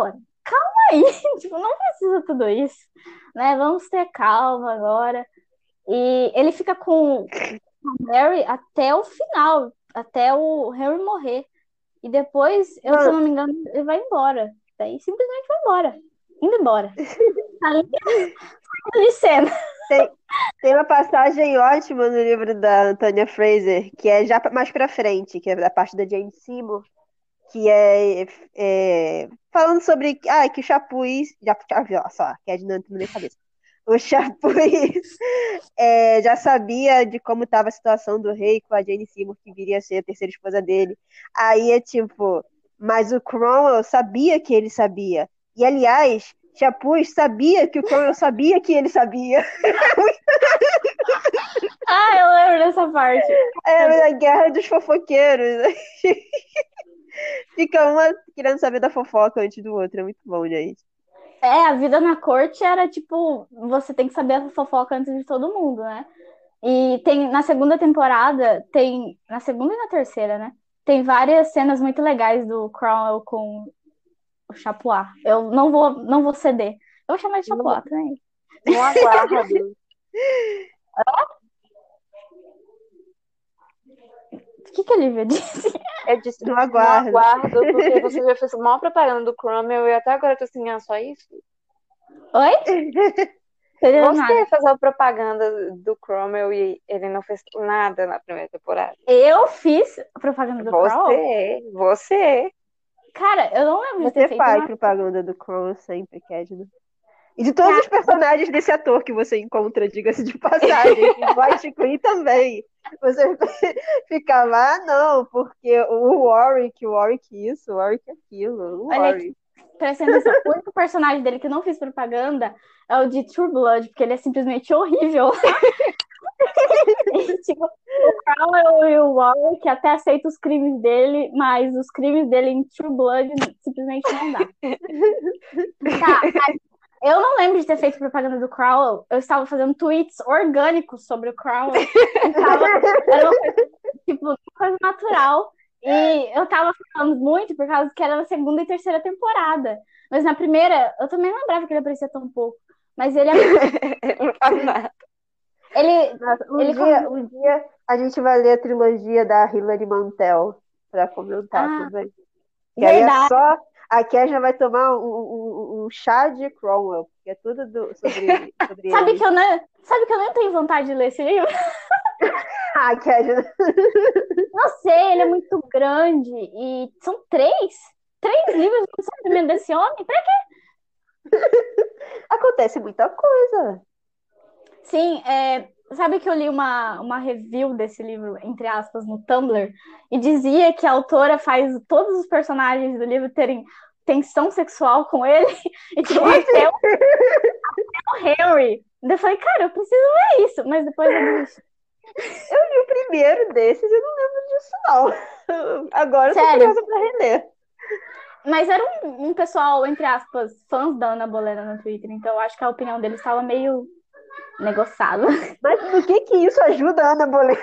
calma aí, tipo, não precisa tudo isso, né? Vamos ter calma agora. E ele fica com o Harry até o final, até o Harry morrer. E depois, eu, se eu Mano, não me engano, ele vai embora. Daí simplesmente vai embora. Indo embora. Saindo de cena. tem, tem uma passagem ótima no livro da Antonia Fraser, que é já mais pra frente, que é da parte da Jane Seymour, que é, é, falando sobre ah, que o Chapuz. Já, já viu, ó, só, que é de na minha cabeça. O Chapuz é, já sabia de como estava a situação do rei com a Jane Seymour, que viria a ser a terceira esposa dele. Aí é tipo, mas o Cromwell sabia que ele sabia. E aliás, Chapuz sabia que o Cromwell sabia que ele sabia. Ah, eu lembro dessa parte. É a guerra dos fofoqueiros. Fica uma querendo saber da fofoca antes do outro. É muito bom, gente. É, a vida na corte era tipo, você tem que saber a fofoca antes de todo mundo, né? E tem na segunda temporada, tem na segunda e na terceira, né? Tem várias cenas muito legais do Cromwell com o Chapuá. Eu não vou, não vou ceder. Eu vou chamar de Chapuá também. No aguardo. O que que a Lívia disse? Eu disse, No no aguardo. aguardo, porque você já fez a maior propaganda do Cromwell e até agora eu tô assim, ah, só isso? Oi? Entendeu nada. Você fez a propaganda do Cromwell e ele não fez nada na primeira temporada. Eu fiz a propaganda do Cromwell? Você, você. Cara, eu não lembro de ter Você feito faz uma... propaganda do Cromwell sempre, Kedna. E de todos os personagens desse ator que você encontra, diga-se de passagem, o Dwight Queen também. Você ficava, ah, não, porque o Warwick, o Warwick isso, o Warwick aquilo, o Olha Warwick. aqui, presta atenção. O único personagem dele que eu não fiz propaganda é o de True Blood, porque ele é simplesmente horrível. E, tipo, o Cromwell e o Warwick até aceitam os crimes dele, mas os crimes dele em True Blood simplesmente não dá. Tá, mas eu não lembro de ter feito propaganda do Cromwell. Eu estava fazendo tweets orgânicos sobre o Cromwell. Estava, era uma coisa, tipo, uma coisa natural. E eu tava falando muito por causa que era na segunda e terceira temporada. Mas na primeira, eu também não lembrava que ele aparecia tão pouco. Mas ele é muito... Não faz nada. Ele, Nossa, um, ele dia, um dia a gente vai ler a trilogia da Hilary Mantel pra comentar Ah, também. Que aí é verdade. só. A Kesha vai tomar um, um, um chá de Cromwell, que é tudo do- sobre, sobre Sabe ele. que eu não, sabe que eu não tenho vontade de ler esse livro? Ah, Kesha. Não sei, ele é muito grande. E são três? Três livros do sofrimento desse homem? Pra quê? Acontece muita coisa. Sim, é, sabe que eu li uma, uma review desse livro, entre aspas, no Tumblr, e dizia que a autora faz todos os personagens do livro terem tensão sexual com ele, e tipo, até o, o Henry. Daí eu falei, cara, eu preciso ver isso, mas depois eu desisti. O primeiro desses eu não lembro disso, não. Agora eu tô Sério? curiosa pra reler. Mas era um, um pessoal, entre aspas, fãs da Ana Bolena no Twitter, então eu acho que a opinião deles estava meio negociada. Mas no que que isso ajuda a Ana Bolena?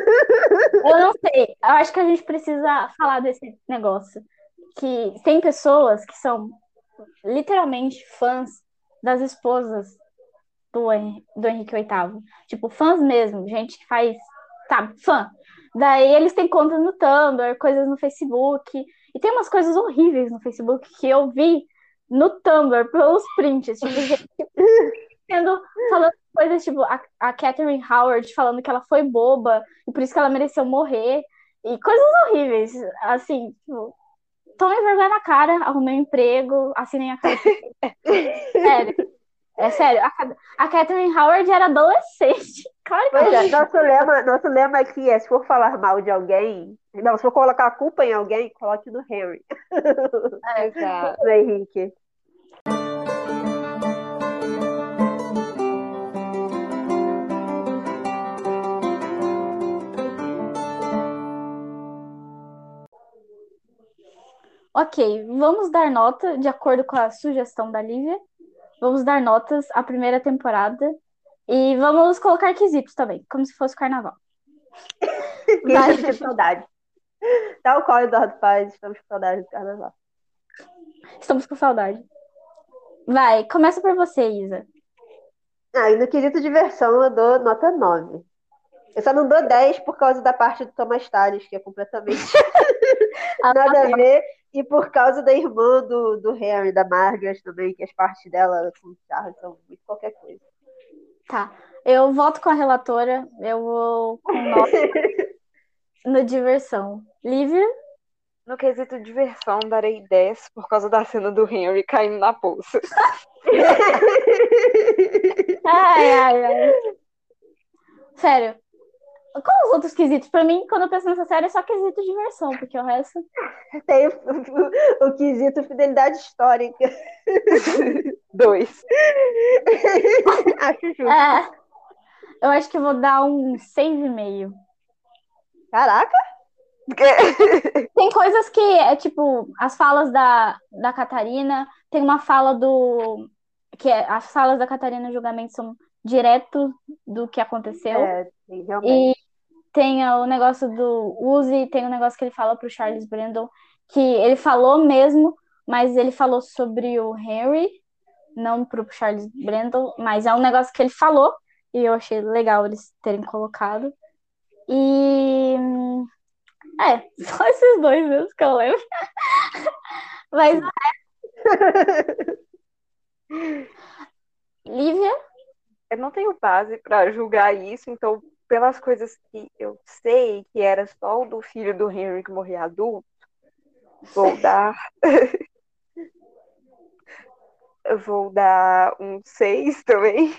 Eu não sei, eu acho que a gente precisa falar desse negócio. Que tem pessoas que são literalmente fãs das esposas do, Hen- do Henrique oitavo. Tipo, fãs mesmo, gente que faz, sabe, fã. Daí eles têm contas no Tumblr, coisas no Facebook. E tem umas coisas horríveis no Facebook que eu vi no Tumblr pelos prints. Tipo, gente tendo, falando coisas tipo a, a Catherine Howard falando que ela foi boba e por isso que ela mereceu morrer. E coisas horríveis. Assim, tipo, tomem vergonha na cara, arrumem um emprego, assinem a carta. Sério. É sério. A, a Catherine Howard era adolescente. Claro que Pois ela... é, nosso lema, nosso lema aqui é: se for falar mal de alguém, não, se for colocar a culpa em alguém, coloque no Harry. Exato. No Henrique. Ok, vamos dar nota, de acordo com a sugestão da Lívia. Vamos dar notas à primeira temporada. E vamos colocar quesitos também, como se fosse carnaval. Que Vai. eu sinto saudade. Tal qual o Eduardo faz, estamos com saudade do carnaval. Estamos com saudade. Vai, começa por você, Isa. Ah, e no quesito diversão eu dou nota nove. Eu só não dou dez por causa da parte do Thomas Tallis, que é completamente nada a ver. E por causa da irmã do, do Harry, da Margaret também, que as partes dela com o Charles são muito qualquer coisa. Tá. Eu voto com a relatora. Eu vou com nota no diversão. Lívia? No quesito diversão, darei dez por causa da cena do Henry caindo na poça. Ai, ai, ai. Sério. Qual os outros quesitos? Pra mim, quando eu penso nessa série, é só quesito diversão, porque o resto. Tem o, o, o quesito fidelidade histórica. Dois. Acho justo. É, eu acho que eu vou dar um seis e meio. Caraca! Tem coisas que é tipo as falas da, da Catarina, tem uma fala do que é, as falas da Catarina no julgamento são direto do que aconteceu. É, sim, realmente. E tem o negócio do Uzi, tem o negócio que ele fala pro Charles Brandon, que ele falou mesmo, mas ele falou sobre o Henry, não pro Charles Brandon, mas é um negócio que ele falou e eu achei legal eles terem colocado. E é, só esses dois mesmo que eu lembro. Mas, Lívia? Eu não tenho base pra julgar isso, então, pelas coisas que eu sei que era só o do filho do Henry que morria adulto, vou dar. Eu vou dar um seis também.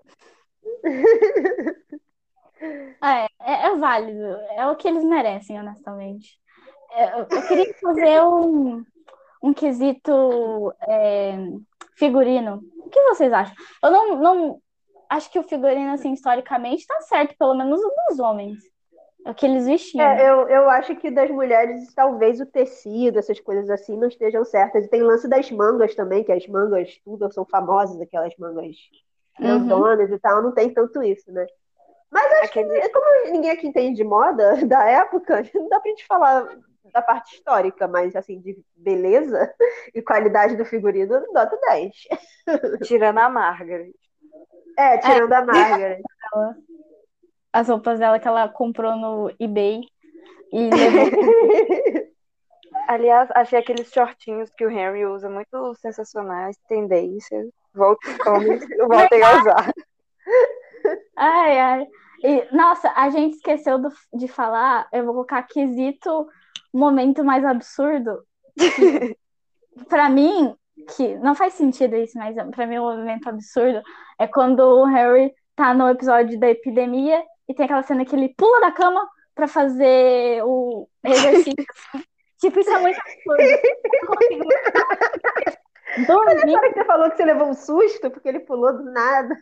É, é, é válido, é o que eles merecem, honestamente. É, Eu, eu queria fazer um, um quesito é, figurino. O que vocês acham? Eu não, não acho que o figurino, assim, historicamente, tá certo, pelo menos o dos homens. É o que eles vestiam. É, eu, eu acho que das mulheres, talvez o tecido, essas coisas assim, não estejam certas. E tem o lance das mangas também, que as mangas tudo são famosas, aquelas mangas Uhum. grandonas e tal, não tem tanto isso, né? Mas acho Aquele... que, como ninguém aqui entende de moda da época, não dá pra gente falar da parte histórica, mas assim, de beleza e qualidade do figurino, nota dez. Tirando a Margaret. É, É, tirando a Margaret. ela- as roupas dela que ela comprou no eBay e levou. Aliás, achei aqueles shortinhos que o Henry usa muito sensacionais, tendências. Voltem, homens, voltem a usar. Ai, ai. E, nossa, a gente esqueceu do- de falar, eu vou colocar quesito momento mais absurdo, que pra mim, que não faz sentido isso, mas pra mim o momento absurdo é quando o Harry tá no episódio da epidemia e tem aquela cena que ele pula da cama pra fazer o exercício. Tipo, isso é muito absurdo. Eu não consigo dormir. Agora que você falou que você levou um susto porque ele pulou do nada.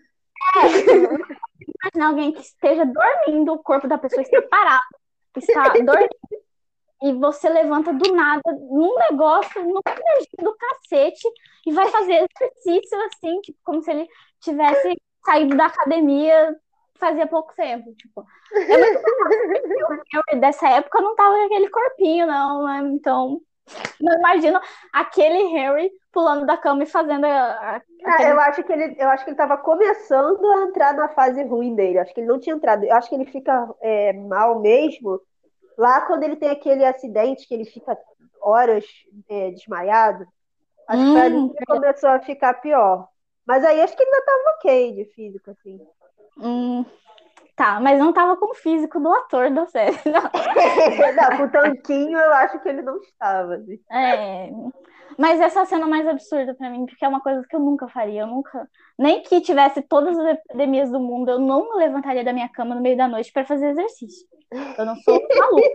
Imaginar alguém que esteja dormindo, o corpo da pessoa está parado, está dormindo, e você levanta do nada num negócio, numa energia do cacete, e vai fazer exercício assim, tipo, como se ele tivesse saído da academia fazia pouco tempo. Tipo, é muito legal. Eu, dessa época não tava com aquele corpinho, não, né? Então, não imagino aquele Harry pulando da cama e fazendo a, a, Ah, aquele. eu acho que ele, eu acho que ele estava começando a entrar na fase ruim dele. Acho que ele não tinha entrado. Eu acho que ele fica é, mal mesmo lá quando ele tem aquele acidente que ele fica horas é, desmaiado. Acho que foi ali Hum, que ele começou a ficar pior. Mas aí acho que ele ainda estava ok de físico, assim. hum, tá, mas não tava com o físico do ator da série. Não. Não, com o tanquinho eu acho que ele não estava. Assim. É, mas essa é a cena mais absurda pra mim, porque é uma coisa que eu nunca faria. Eu nunca, nem que tivesse todas as epidemias do mundo, eu não me levantaria da minha cama no meio da noite pra fazer exercício. Eu não sou maluca.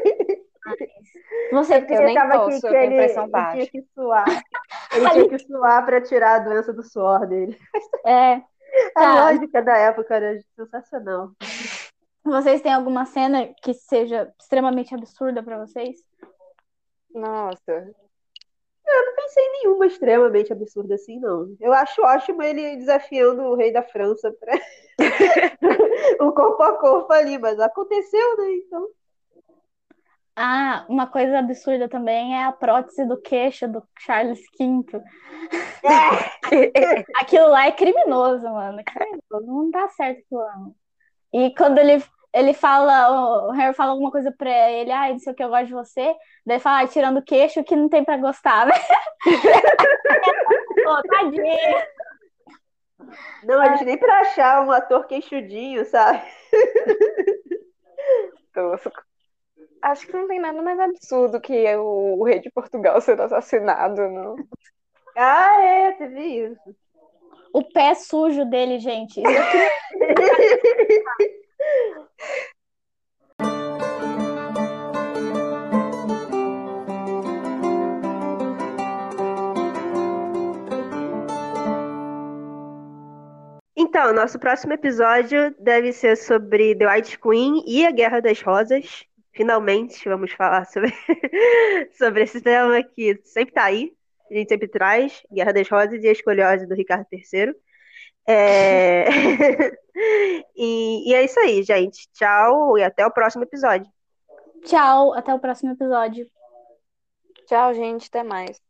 Você, É porque Eu ele nem estava aqui posso, que eu tenho ele, pressão ele tinha baixa. que suar. Ele tinha que suar para tirar a doença do suor dele. é, A tá, lógica da época era sensacional. vocês têm alguma cena que seja extremamente absurda pra vocês? Nossa, Não pensei em nenhuma extremamente absurda assim, não. Eu acho ótimo ele desafiando o rei da França para um corpo a corpo ali, mas aconteceu, né? Então. Ah, uma coisa absurda também é a prótese do queixo do Charles quinto. Aquilo lá é criminoso, mano. É criminoso. Não dá certo aquilo lá. E quando ele, ele fala, o Harry fala alguma coisa pra ele, ai, não sei o que, eu gosto de você. Daí ele fala, ah, tirando o queixo, que não tem pra gostar, né? Pô, tadinho. Não, eles nem pra achar um ator queixudinho, sabe? Tosco. Acho que não tem nada mais absurdo que o, o rei de Portugal sendo assassinado, não. Ah, é, teve isso. O pé sujo dele, gente. Isso aqui Então, nosso próximo episódio deve ser sobre The White Queen e a Guerra das Rosas. Finalmente vamos falar sobre, sobre esse tema que sempre tá aí, a gente sempre traz, Guerra das Rosas e a escoliose do Ricardo terceiro. É... e, e é isso aí, gente. Tchau e até o próximo episódio. Tchau, até o próximo episódio. Tchau, gente, até mais.